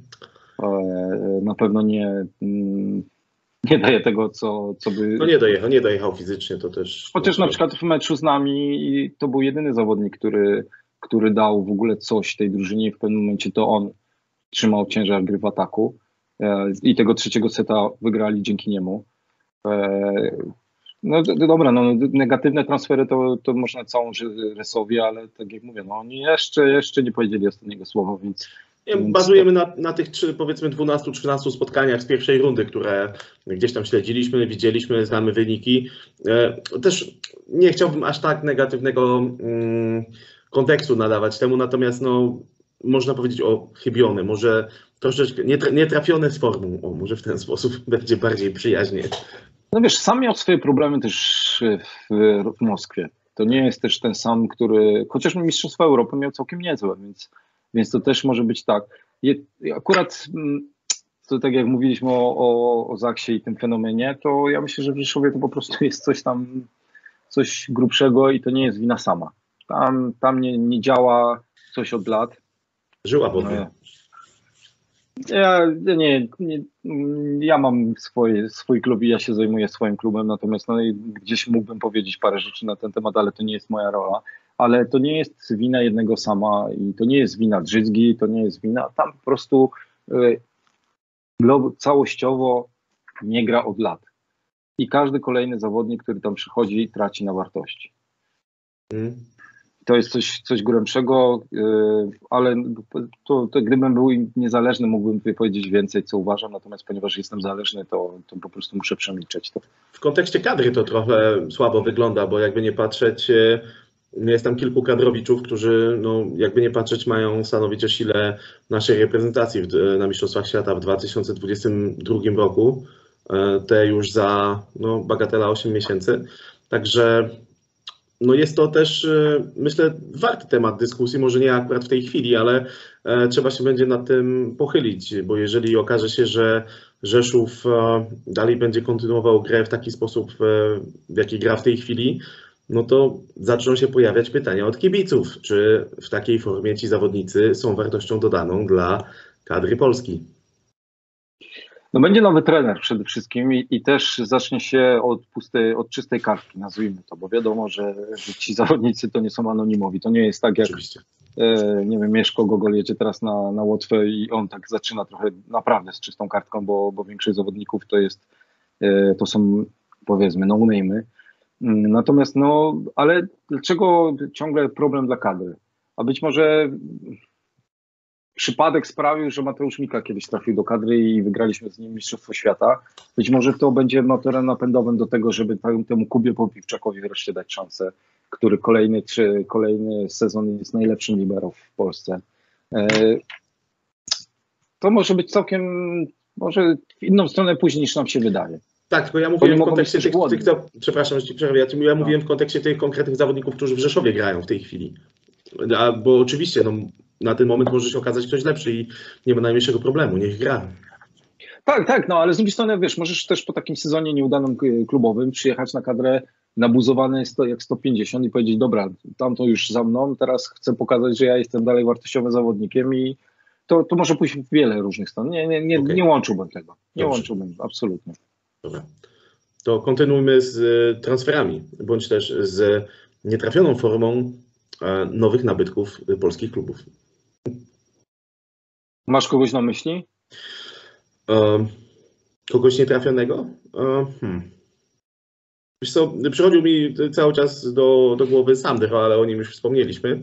e, na pewno nie, mm, nie daje tego, co, co by... No nie dojechał, nie dojechał fizycznie, to też... Chociaż na przykład w meczu z nami to był jedyny zawodnik, który, który dał w ogóle coś tej drużynie i w pewnym momencie to on trzymał ciężar gry w ataku e, i tego trzeciego seta wygrali dzięki niemu. E, no d- dobra, no negatywne transfery to, to można całą rysowi, ale tak jak mówię, no oni jeszcze, jeszcze nie powiedzieli ostatniego słowa, więc... Nie, więc bazujemy na, na tych trzy, powiedzmy dwunastu trzynastu spotkaniach z pierwszej rundy, które gdzieś tam śledziliśmy, widzieliśmy, znamy wyniki. E, też nie chciałbym aż tak negatywnego mm, kontekstu nadawać temu, natomiast no, można powiedzieć o chybione, może troszeczkę nietra- nietrafione z formą, o, może w ten sposób będzie bardziej przyjaźnie. No wiesz, sam miał swoje problemy też w, w Moskwie. To nie jest też ten sam, który, chociaż Mistrzostwa Europy miał całkiem niezłe, więc, więc to też może być tak. Je, akurat mm, to tak jak mówiliśmy o, o, o Zaksie i tym fenomenie, to ja myślę, że w Rzeszowie to po prostu jest coś tam, coś grubszego i to nie jest wina sama. Tam, tam nie, nie działa coś od lat. Żyła wodna. Ja nie, nie, ja mam swoje, swój klub i ja się zajmuję swoim klubem, natomiast no, gdzieś mógłbym powiedzieć parę rzeczy na ten temat, ale to nie jest moja rola. Ale to nie jest wina jednego sama i to nie jest wina Drzyzgi, to nie jest wina. Tam po prostu y, Glob całościowo nie gra od lat. I każdy kolejny zawodnik, który tam przychodzi, traci na wartości. Mm. To jest coś, coś głębszego, yy, ale to, to gdybym był niezależny, mógłbym powiedzieć więcej, co uważam, natomiast ponieważ jestem zależny, to, to po prostu muszę przemilczeć to. W kontekście kadry to trochę słabo wygląda, bo jakby nie patrzeć, jest tam kilku kadrowiczów, którzy no, jakby nie patrzeć mają stanowić o sile naszej reprezentacji w, na Mistrzostwach Świata w dwa tysiące dwudziestym drugim roku. Te już za no, bagatela osiem miesięcy. Także no jest to też, myślę, warty temat dyskusji, może nie akurat w tej chwili, ale trzeba się będzie nad tym pochylić, bo jeżeli okaże się, że Rzeszów dalej będzie kontynuował grę w taki sposób, w jaki gra w tej chwili, no to zaczną się pojawiać pytania od kibiców, czy w takiej formie ci zawodnicy są wartością dodaną dla kadry Polski. No będzie nowy trener przede wszystkim i, i też zacznie się od pustej, od czystej kartki, nazwijmy to, bo wiadomo, że, że ci zawodnicy to nie są anonimowi. To nie jest tak jak, e, nie wiem, Mieszko Gogol jedzie teraz na, na Łotwę i on tak zaczyna trochę naprawdę z czystą kartką, bo, bo większość zawodników to jest, e, to są powiedzmy no-name'y. Natomiast no, ale dlaczego ciągle problem dla kadry? A być może przypadek sprawił, że Mateusz Mika kiedyś trafił do kadry i wygraliśmy z nim Mistrzostwo Świata. Być może to będzie motorem napędowym do tego, żeby temu Kubie Popiwczakowi wreszcie dać szansę, który kolejny, czy kolejny sezon jest najlepszym libero w Polsce. To może być całkiem, może w inną stronę później niż nam się wydaje. Tak, tylko ja mówiłem w kontekście tych, tych, tych, przepraszam, że ci przerwę, ja, ja mówiłem w kontekście tych konkretnych zawodników, którzy w Rzeszowie grają w tej chwili. A, bo oczywiście no, na ten moment może się okazać ktoś lepszy i nie ma najmniejszego problemu, niech gra. Tak, tak, no ale z drugiej strony, wiesz, możesz też po takim sezonie nieudanym klubowym przyjechać na kadrę nabuzowany jak sto pięćdziesiąt i powiedzieć, dobra, tam to już za mną, teraz chcę pokazać, że ja jestem dalej wartościowym zawodnikiem i to, to może pójść w wiele różnych stron. Nie, nie, nie, okay. nie łączyłbym tego, nie Dobrze. łączyłbym, absolutnie. Dobra. To kontynuujmy z transferami, bądź też z nietrafioną formą nowych nabytków polskich klubów. Masz kogoś na myśli? Um, kogoś nietrafionego? Um, hmm. Wiesz co, przychodził mi cały czas do, do głowy Sandro, ale o nim już wspomnieliśmy.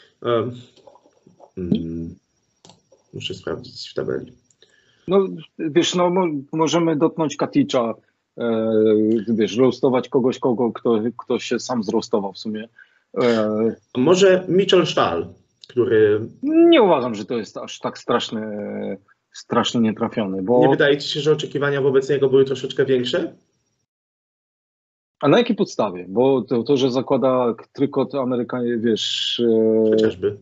Hmm, muszę sprawdzić w tabeli. No wiesz, no mo możemy dotknąć Katicza, e, wiesz, roastować kogoś, kogo, kto, kto się sam zroastował w sumie. E, Może Mitchell Stahl, który... nie uważam, że to jest aż tak straszny, strasznie nietrafiony, bo... Nie wydaje ci się, że oczekiwania wobec niego były troszeczkę większe? A na jakiej podstawie? Bo to, to że zakłada trykot Amerykanie, wiesz... E, Chociażby.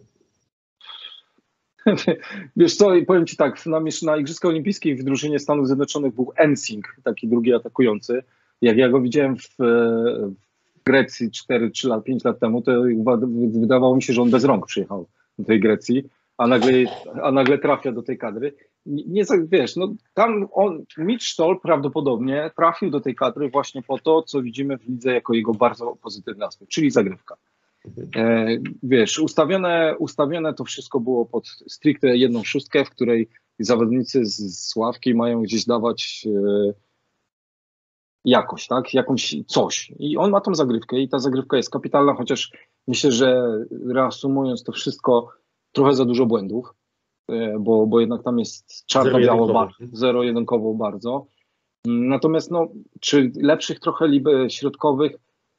Wiesz co, i powiem ci tak, na, na Igrzyskach Olimpijskich w drużynie Stanów Zjednoczonych był Ensing, taki drugi atakujący. Jak ja go widziałem w, w Grecji cztery, trzy lat, pięć lat temu, to wydawało mi się, że on bez rąk przyjechał do tej Grecji, a nagle, a nagle trafia do tej kadry. Nie, nie wiesz, no tam on, Mitch Stoll prawdopodobnie trafił do tej kadry właśnie po to, co widzimy w lidze jako jego bardzo pozytywny aspekt, czyli zagrywka. E, wiesz, ustawione, ustawione to wszystko było pod stricte jedną szóstkę, w której zawodnicy z, z ławki mają gdzieś dawać e, jakoś, tak? Jakąś coś. I on ma tą zagrywkę i ta zagrywka jest kapitalna, chociaż myślę, że reasumując to wszystko, trochę za dużo błędów, e, bo, bo jednak tam jest czarno-biało, zero-jedynkowo bardzo. Natomiast no, czy lepszych trochę liby środkowych,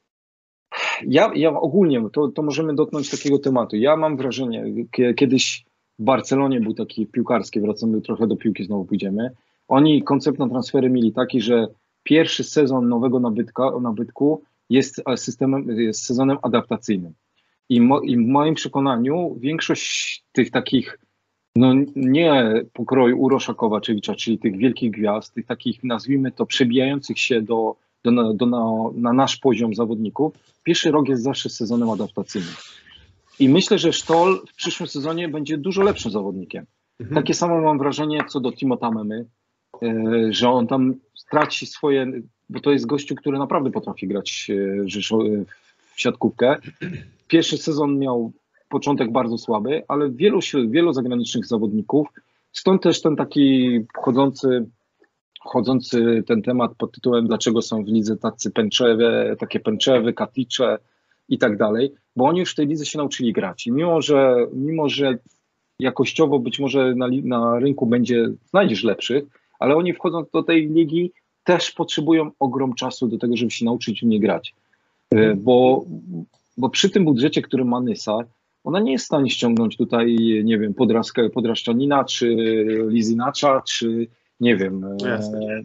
Ja, ja ogólnie, to, to możemy dotknąć takiego tematu. Ja mam wrażenie, kiedyś w Barcelonie był taki piłkarski, wracamy trochę do piłki, znowu pójdziemy. Oni koncept na transfery mieli taki, że pierwszy sezon nowego nabytka, nabytku jest systemem, jest sezonem adaptacyjnym. I, mo, I w moim przekonaniu większość tych takich, no nie pokroju Urosza Kowaczewicza, czyli tych wielkich gwiazd, tych takich, nazwijmy to, przebijających się do Do, do, na, na nasz poziom zawodników, pierwszy rok jest zawsze sezonem adaptacyjnym. I myślę, że Stoll w przyszłym sezonie będzie dużo lepszym zawodnikiem. Mhm. Takie samo mam wrażenie co do Timothy Memy, yy, że on tam straci swoje, bo to jest gościu, który naprawdę potrafi grać yy, w siatkówkę. Pierwszy sezon miał początek bardzo słaby, ale wielu, wielu zagranicznych zawodników, stąd też ten taki chodzący chodzący ten temat pod tytułem dlaczego są w lidze tacy pęczewe, takie pęczewy, katicze i tak dalej, bo oni już w tej lidze się nauczyli grać i mimo, że, mimo, że jakościowo być może na, na rynku będzie, znajdziesz lepszych, ale oni wchodząc do tej ligi też potrzebują ogrom czasu do tego, żeby się nauczyć u niej grać, bo, bo przy tym budżecie, który ma Nysa, ona nie jest w stanie ściągnąć tutaj, nie wiem, Podraska, Podraszczanina, czy Lizinacza, czy nie wiem, e,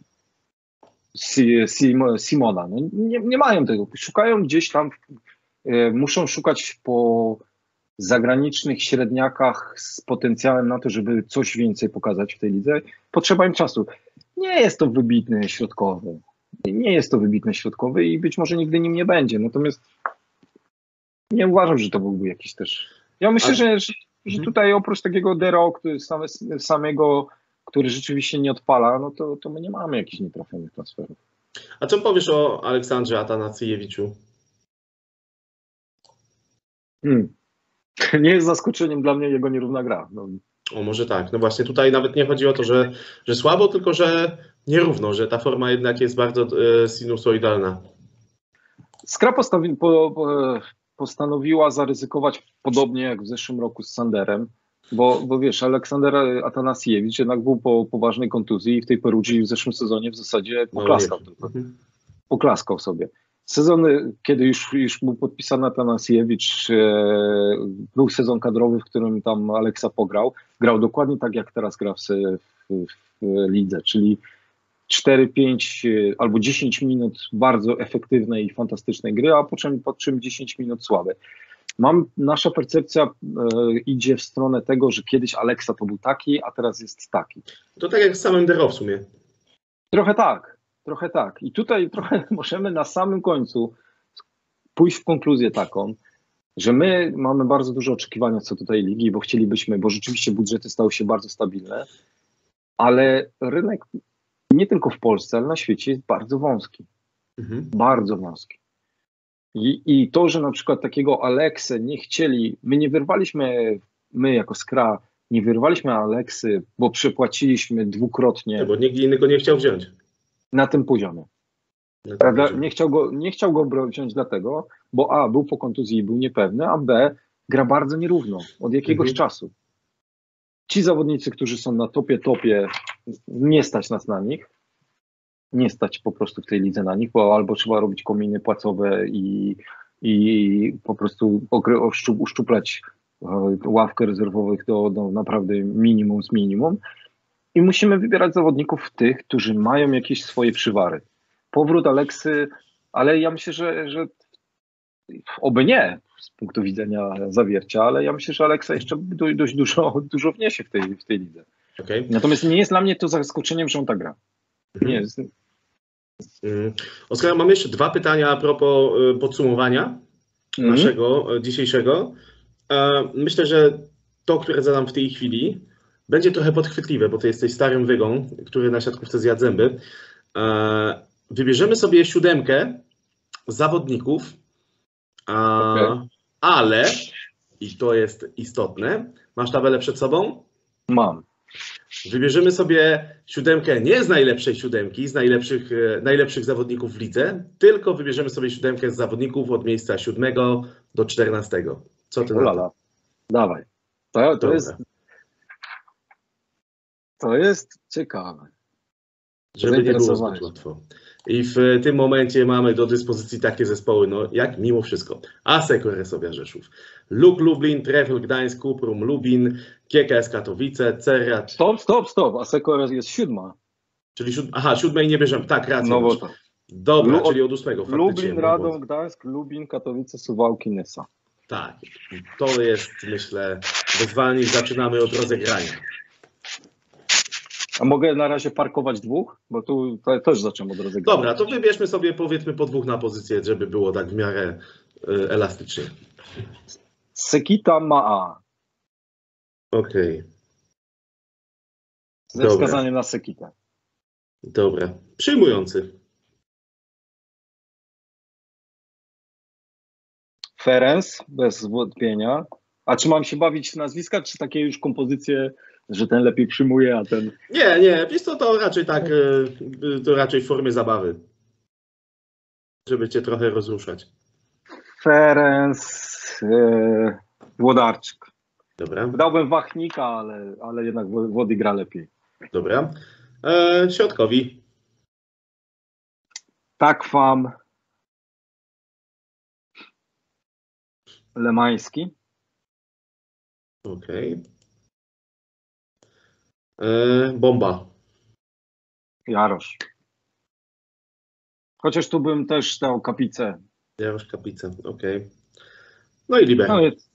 Simona. No nie, nie mają tego. Szukają gdzieś tam, e, muszą szukać po zagranicznych średniakach z potencjałem na to, żeby coś więcej pokazać w tej lidze. Potrzeba im czasu. Nie jest to wybitny środkowy. Nie jest to wybitny środkowy i być może nigdy nim nie będzie. Natomiast nie uważam, że to byłby jakiś też... Ja myślę, A... że, że, że tutaj oprócz takiego Dero, który same, samego który rzeczywiście nie odpala, no to, to my nie mamy jakichś nietrafionych transferów. A co powiesz o Aleksandrze Atanasyjewiczu? Hmm. Nie jest zaskoczeniem dla mnie jego nierówna gra. No. O, może tak. No właśnie tutaj nawet nie chodzi o to, że, że słabo, tylko że nierówno, że ta forma jednak jest bardzo e, sinusoidalna. Skra postawi, po, po, postanowiła zaryzykować podobnie jak w zeszłym roku z Sanderem. Bo, bo wiesz, Aleksander Atanasiewicz jednak był po poważnej kontuzji i w tej Perugii w zeszłym sezonie w zasadzie poklaskał. No, poklaskał sobie. Sezon, kiedy już, już był podpisany Atanasiewicz, e, był sezon kadrowy, w którym tam Aleksa pograł. Grał dokładnie tak, jak teraz gra w, w, w lidze, czyli cztery pięć albo dziesięć minut bardzo efektywnej i fantastycznej gry, a po czym, po czym dziesięć minut słabe. Mam, nasza percepcja e, idzie w stronę tego, że kiedyś Aleksa to był taki, a teraz jest taki. To tak jak z samym Dero w sumie. Trochę tak, trochę tak. I tutaj trochę możemy na samym końcu pójść w konkluzję taką, że my mamy bardzo duże oczekiwania co do tej ligi, bo chcielibyśmy, bo rzeczywiście budżety stały się bardzo stabilne, ale rynek nie tylko w Polsce, ale na świecie jest bardzo wąski. Mhm. Bardzo wąski. I, I to, że na przykład takiego Aleksę nie chcieli, my nie wyrwaliśmy, my jako Skra, nie wyrwaliśmy Aleksy, bo przepłaciliśmy dwukrotnie. Bo nikt inny go nie chciał wziąć. Na tym poziomie. No to Prawda? będzie- Nie chciał go, nie chciał go bro- wziąć dlatego, bo A, był po kontuzji i był niepewny, a B, gra bardzo nierówno od jakiegoś Mhm. czasu. Ci zawodnicy, którzy są na topie, topie, nie stać nas na nich. Nie stać po prostu w tej lidze na nich, bo albo trzeba robić kominy płacowe i, i po prostu okry- oszczu- uszczuplać e, ławkę rezerwowych do, do naprawdę minimum z minimum. I musimy wybierać zawodników tych, którzy mają jakieś swoje przywary. Powrót Aleksy, ale ja myślę, że, że oby nie z punktu widzenia Zawiercia, ale ja myślę, że Aleksa jeszcze do- dość dużo, dużo wniesie w tej, w tej lidze. Okej. Natomiast nie jest dla mnie to zaskoczeniem, że on tak gra. Mhm. Nie jest. Mm. Oskar, mam jeszcze dwa pytania a propos y, podsumowania Mhm. naszego y, dzisiejszego. E, Myślę, że to, które zadam w tej chwili, będzie trochę podchwytliwe, bo ty jesteś starym wygą, który na siatkówce zjadł zęby. E, Wybierzemy sobie siódemkę zawodników, a, Okej. ale, i to jest istotne, masz tabelę przed sobą? Mam. Wybierzemy sobie siódemkę nie z najlepszej siódemki, z najlepszych, e, najlepszych zawodników w lidze, tylko wybierzemy sobie siódemkę z zawodników od miejsca siódmego do czternastego. Co ty na to? Ulala. Dawaj. To, to, Dobra. jest, to jest ciekawe. Żeby nie było zbyt Zainteresowałeś. łatwo. I w tym momencie mamy do dyspozycji takie zespoły, no jak mimo wszystko. ASEK Resowia Rzeszów, Luk Lublin, Trefl Gdańsk, Kuprum Lubin, K K S Katowice, Cerrat, Stop, stop, stop. A Sekora jest siódma. czyli siód... Aha, siódmej nie bierzemy. Tak, rację No bo masz. to. Dobra, Lu- czyli od ósmego faktycznie. Lublin, mój Radom, błąd. Gdańsk, Lubin, Katowice, Suwałki, Nysa. Tak, to jest, myślę, wyzwanie i zaczynamy od rozegrania. A mogę na razie parkować dwóch? Bo tu to, też zacząłem od rozegrania. Dobra, to wybierzmy sobie powiedzmy po dwóch na pozycję, żeby było tak w miarę y, elastycznie. Sekita ma A. Okej, Ze Dobra. wskazaniem na Sekitę. dobra. Przyjmujący. Ferenc, bez wątpienia. A czy mam się bawić w nazwiska, czy takie już kompozycje, że ten lepiej przyjmuje, a ten... Nie, nie, wiesz co, to raczej tak, y, y, to raczej w formie zabawy. Żeby cię trochę rozruszać. Ferenc, e, Włodarczyk. Dobra, Dałbym Wachnika, ale, ale jednak Włody gra lepiej. dobra. E, środkowi. Takwam, Lemański. Okej. E, bomba. Jarosz. Chociaż tu bym też dał Kapicę. Jarosz Kapica, okej. No i Liber. No jest.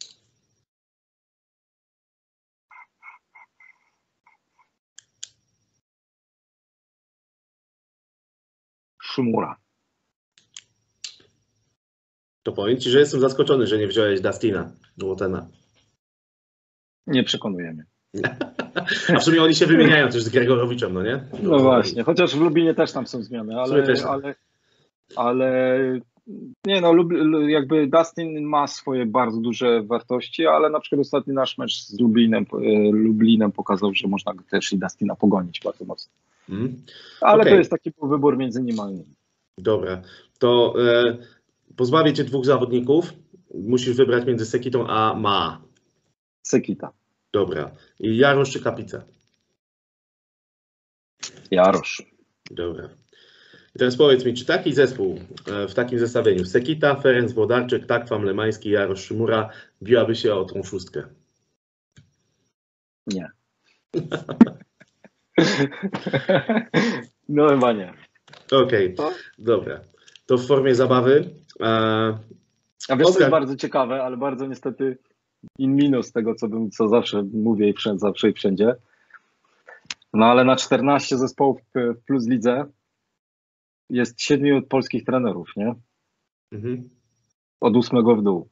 Szymura. To powiem ci, że jestem zaskoczony, że nie wziąłeś Dustina Łotena. Nie przekonuje mnie. A w sumie oni się wymieniają też z Gregorowiczem, no nie? No właśnie, chociaż w Lublinie też tam są zmiany, sumie ale, też tak. ale, ale nie no, Lub, jakby Dustin ma swoje bardzo duże wartości, ale na przykład ostatni nasz mecz z Lublinem, e, Lublinem pokazał, że można go też i Dustina pogonić bardzo mocno. Mm. Ale Okej. to jest taki wybór między nimi. Dobra, to e, pozbawię cię dwóch zawodników. Musisz wybrać między Sekitą a Ma. Sekita. Dobra. I Jarosz czy Kapica? Jarosz. Dobra. I teraz powiedz mi, czy taki zespół e, w takim zestawieniu Sekita, Ferenc, Włodarczyk, Takwam, Lemański, Jarosz, Szymura biłaby się o tą szóstkę? Nie. No chyba nie. Okej, To? dobra. To w formie zabawy. E, A wiesz, co Oskar. jest bardzo ciekawe, ale bardzo niestety in minus tego, co, bym, co zawsze mówię i wszędzie, zawsze i wszędzie. No ale na czternaście zespołów w Plus Lidze jest siedmiu polskich trenerów, nie? mhm. Od ósmego w dół.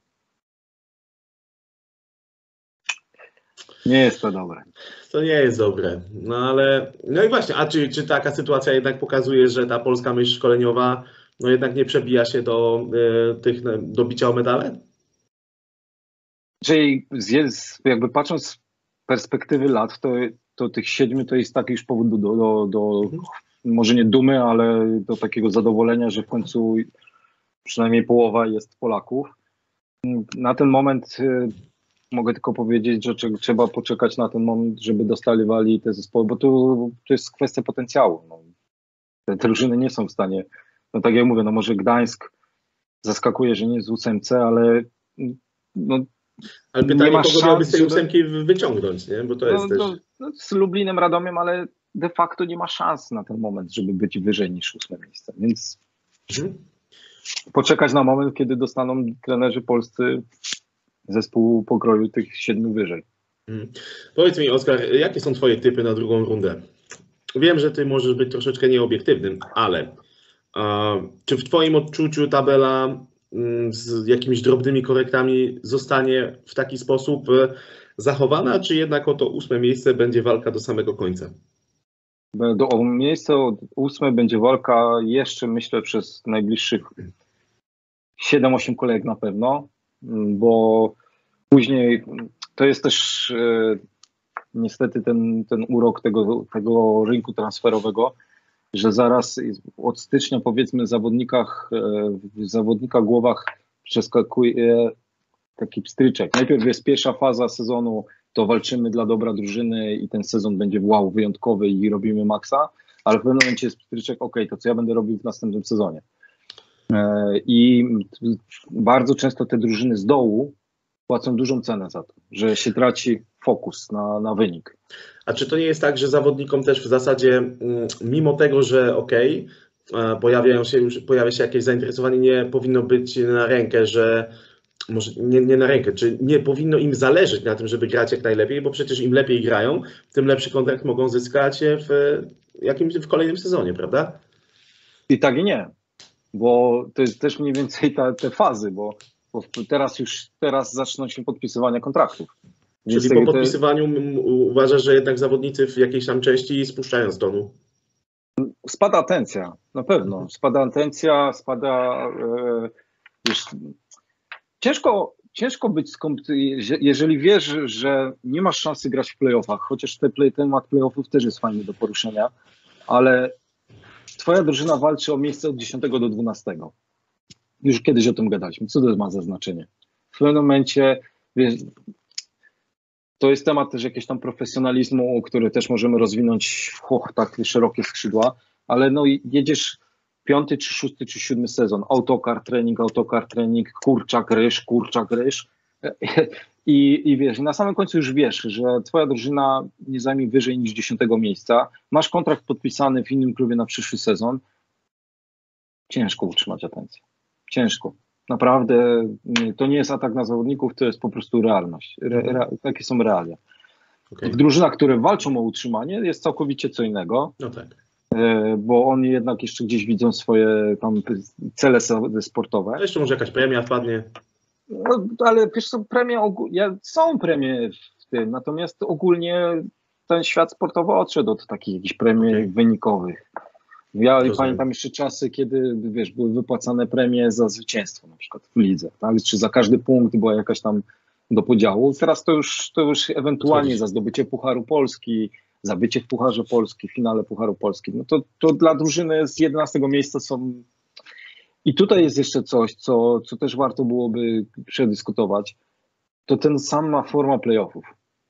Nie jest to dobre. To nie jest dobre. No ale, no i właśnie, a czy, czy taka sytuacja jednak pokazuje, że ta polska myśl szkoleniowa no jednak nie przebija się do e, tych, do bicia o medale? Czyli z, jakby patrząc z perspektywy lat, to, to tych siedmiu to jest taki już powód do, do, do może nie dumy, ale do takiego zadowolenia, że w końcu przynajmniej połowa jest Polaków. Na ten moment y, mogę tylko powiedzieć, że czy, trzeba poczekać na ten moment, żeby dostali te zespoły, bo tu to jest kwestia potencjału. No. Te drużyny nie są w stanie, no tak jak mówię, no może Gdańsk zaskakuje, że nie jest z ósemce, ale no, Ale pytanie, nie ma kogo miałby z tej szans, ósemki wyciągnąć, nie? Bo to jest no, też... no, no, z Lublinem, Radomiem, ale de facto nie ma szans na ten moment, żeby być wyżej niż ósme miejsce, więc Mhm. poczekać na moment, kiedy dostaną trenerzy polscy zespół pokroju tych siedmiu wyżej. Mhm. Powiedz mi, Oskar, jakie są twoje typy na drugą rundę? Wiem, że ty możesz być troszeczkę nieobiektywnym, ale a, czy w twoim odczuciu tabela mm, z jakimiś drobnymi korektami zostanie w taki sposób e, zachowana, czy jednak o to ósme miejsce będzie walka do samego końca? Do o miejsce od ósme będzie walka jeszcze, myślę, przez najbliższych siedem osiem kolejek na pewno, bo później to jest też e, niestety ten, ten urok tego, tego rynku transferowego, że zaraz od stycznia, powiedzmy, w zawodnikach, e, w zawodnikach głowach przeskakuje taki pstryczek. Najpierw jest pierwsza faza sezonu, to walczymy dla dobra drużyny i ten sezon będzie wow, wyjątkowy i robimy maksa, ale w pewnym momencie jest pstryczek, ok, to co ja będę robił w następnym sezonie. I bardzo często te drużyny z dołu płacą dużą cenę za to, że się traci fokus na, na wynik. A czy to nie jest tak, że zawodnikom też w zasadzie, mimo tego, że okej, okay, pojawiają się już, pojawia się jakieś zainteresowanie, nie powinno być na rękę, że może nie, nie na rękę, czy nie powinno im zależeć na tym, żeby grać jak najlepiej, bo przecież im lepiej grają, tym lepszy kontrakt mogą zyskać w jakimś w kolejnym sezonie, prawda? I tak i nie, bo to jest też mniej więcej ta, te fazy, bo, bo teraz już teraz zaczną się podpisywania kontraktów. Czyli po podpisywaniu te... uważasz, że jednak zawodnicy w jakiejś tam części spuszczają z tonu? Spada atencja, na pewno. Spada atencja, spada... E, wiesz, ciężko, ciężko być, jeżeli wiesz, że nie masz szansy grać w playoffach, chociaż te play, temat playoffów też jest fajny do poruszenia, ale twoja drużyna walczy o miejsce od dziesiątego do dwunastego. Już kiedyś o tym gadaliśmy. Co to ma za znaczenie? W pewnym momencie, wiesz, to jest temat też jakiegoś tam profesjonalizmu, który też możemy rozwinąć w och, tak szerokie skrzydła, ale no jedziesz piąty, czy szósty, czy siódmy sezon, autokar, trening, autokar, trening, kurczak, ryż, kurczak, ryż i, i wiesz, na samym końcu już wiesz, że twoja drużyna nie zajmie wyżej niż dziesiątego miejsca, masz kontrakt podpisany w innym klubie na przyszły sezon, ciężko utrzymać atencję, ciężko. Naprawdę to nie jest atak na zawodników, to jest po prostu realność. Re, re, takie są realia. Okay. W drużynach, które walczą o utrzymanie, jest całkowicie co innego, no tak. Bo oni jednak jeszcze gdzieś widzą swoje tam cele sportowe. Jeszcze może jakaś premia wpadnie. No, ale wiesz co, premie, ja, są premie w tym, natomiast ogólnie ten świat sportowy odszedł od takich jakichś premii okay. wynikowych. Ja Rozumiem. Pamiętam jeszcze czasy, kiedy wiesz, były wypłacane premie za zwycięstwo na przykład w lidze, tak? Czy za każdy punkt była jakaś tam do podziału. Teraz to już, to już ewentualnie za zdobycie Pucharu Polski, za bycie w Pucharze Polski, w finale Pucharu Polski. No to, to dla drużyny z jedenastego miejsca są... I tutaj jest jeszcze coś, co, co też warto byłoby przedyskutować. To ten sama forma playoffów.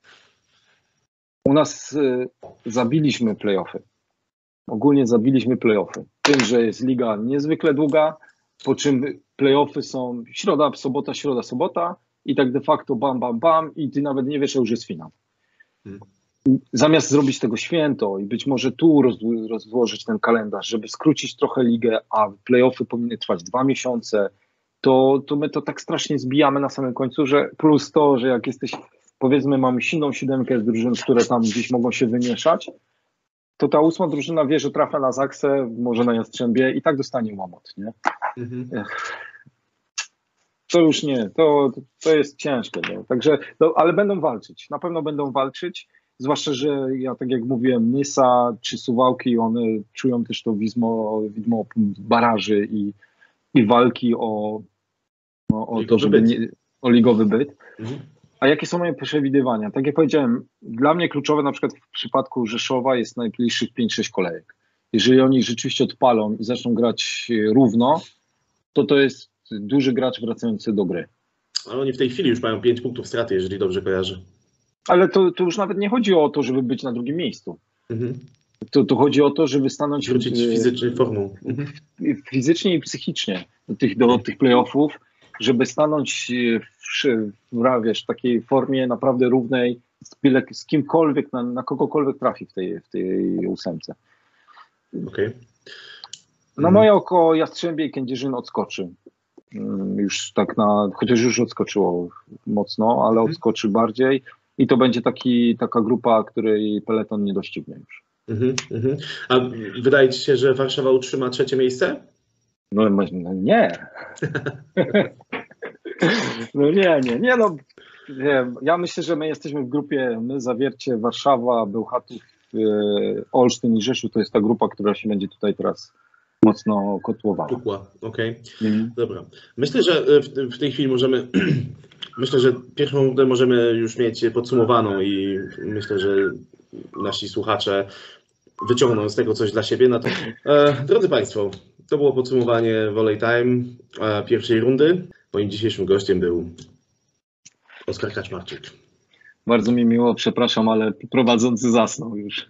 U nas y, zabiliśmy playoffy. Ogólnie zabiliśmy playoffy. Tym, że jest liga niezwykle długa, po czym playoffy są środa, sobota, środa, sobota i tak de facto bam, bam, bam i ty nawet nie wiesz, że już jest finał. Hmm. Zamiast zrobić tego święto i być może tu rozłożyć ten kalendarz, żeby skrócić trochę ligę, a playoffy powinny trwać dwa miesiące, to, to my to tak strasznie zbijamy na samym końcu, że plus to, że jak jesteś, powiedzmy mamy silną siódemkę z drużyn, które tam gdzieś mogą się wymieszać, to ta ósma drużyna wie, że trafia na Zaksę, może na Jastrzębie i tak dostanie łomot, nie? Mhm. To już nie, to, to jest ciężkie, nie? Także, no, ale będą walczyć, na pewno będą walczyć. Zwłaszcza, że ja tak jak mówiłem, Nysa czy Suwałki, one czują też to widmo, widmo baraży i, i walki o, o, o to, żeby nie, o ligowy byt. Mhm. A jakie są moje przewidywania? Tak jak powiedziałem, dla mnie kluczowe na przykład w przypadku Rzeszowa jest najbliższych pięć sześć kolejek. jeżeli oni rzeczywiście odpalą i zaczną grać równo, to to jest duży gracz wracający do gry. Ale oni w tej chwili już mają pięć punktów straty, jeżeli dobrze kojarzę. Ale to, to już nawet nie chodzi o to, żeby być na drugim miejscu. Mhm. To, to chodzi o to, żeby stanąć Wrócić fizycznie formą. Mhm. fizycznie i psychicznie do tych, do tych playoffów, żeby stanąć w, w, wiesz, w takiej formie naprawdę równej z, z kimkolwiek, na, na kogokolwiek trafi w tej, w tej ósemce. Okej. Okay. Na moje oko Jastrzębie i Kędzierzyn odskoczy. Już tak na, chociaż już odskoczyło mocno, ale odskoczy bardziej i to będzie taki, taka grupa, której peleton nie doścignie już. Mhm, mhm. A wydaje ci się, że Warszawa utrzyma trzecie miejsce? No, no nie. No nie, nie, nie no. Nie, ja myślę, że my jesteśmy w grupie, my Zawiercie, Warszawa, Bełchatów, e, Olsztyn i Rzeszów, to jest ta grupa, która się będzie tutaj teraz mocno kotłowała. Tukła, okej. Okay. Mhm. Dobra. Myślę, że w, w tej chwili możemy, myślę, że pierwszą rundę możemy już mieć podsumowaną i myślę, że nasi słuchacze wyciągną z tego coś dla siebie. No to, e, drodzy Państwo, to było podsumowanie Volley Time e, pierwszej rundy. Moim dzisiejszym gościem był Oskar Kaczmarczyk. Bardzo mi miło, przepraszam, ale prowadzący zasnął już.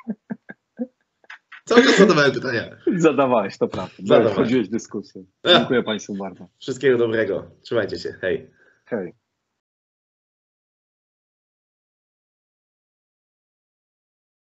Cały czas zadawałem pytania. Zadawałeś, to prawda. Wchodziłeś w dyskusję. Dziękuję Państwu bardzo. Wszystkiego dobrego. Trzymajcie się. Hej. Hej.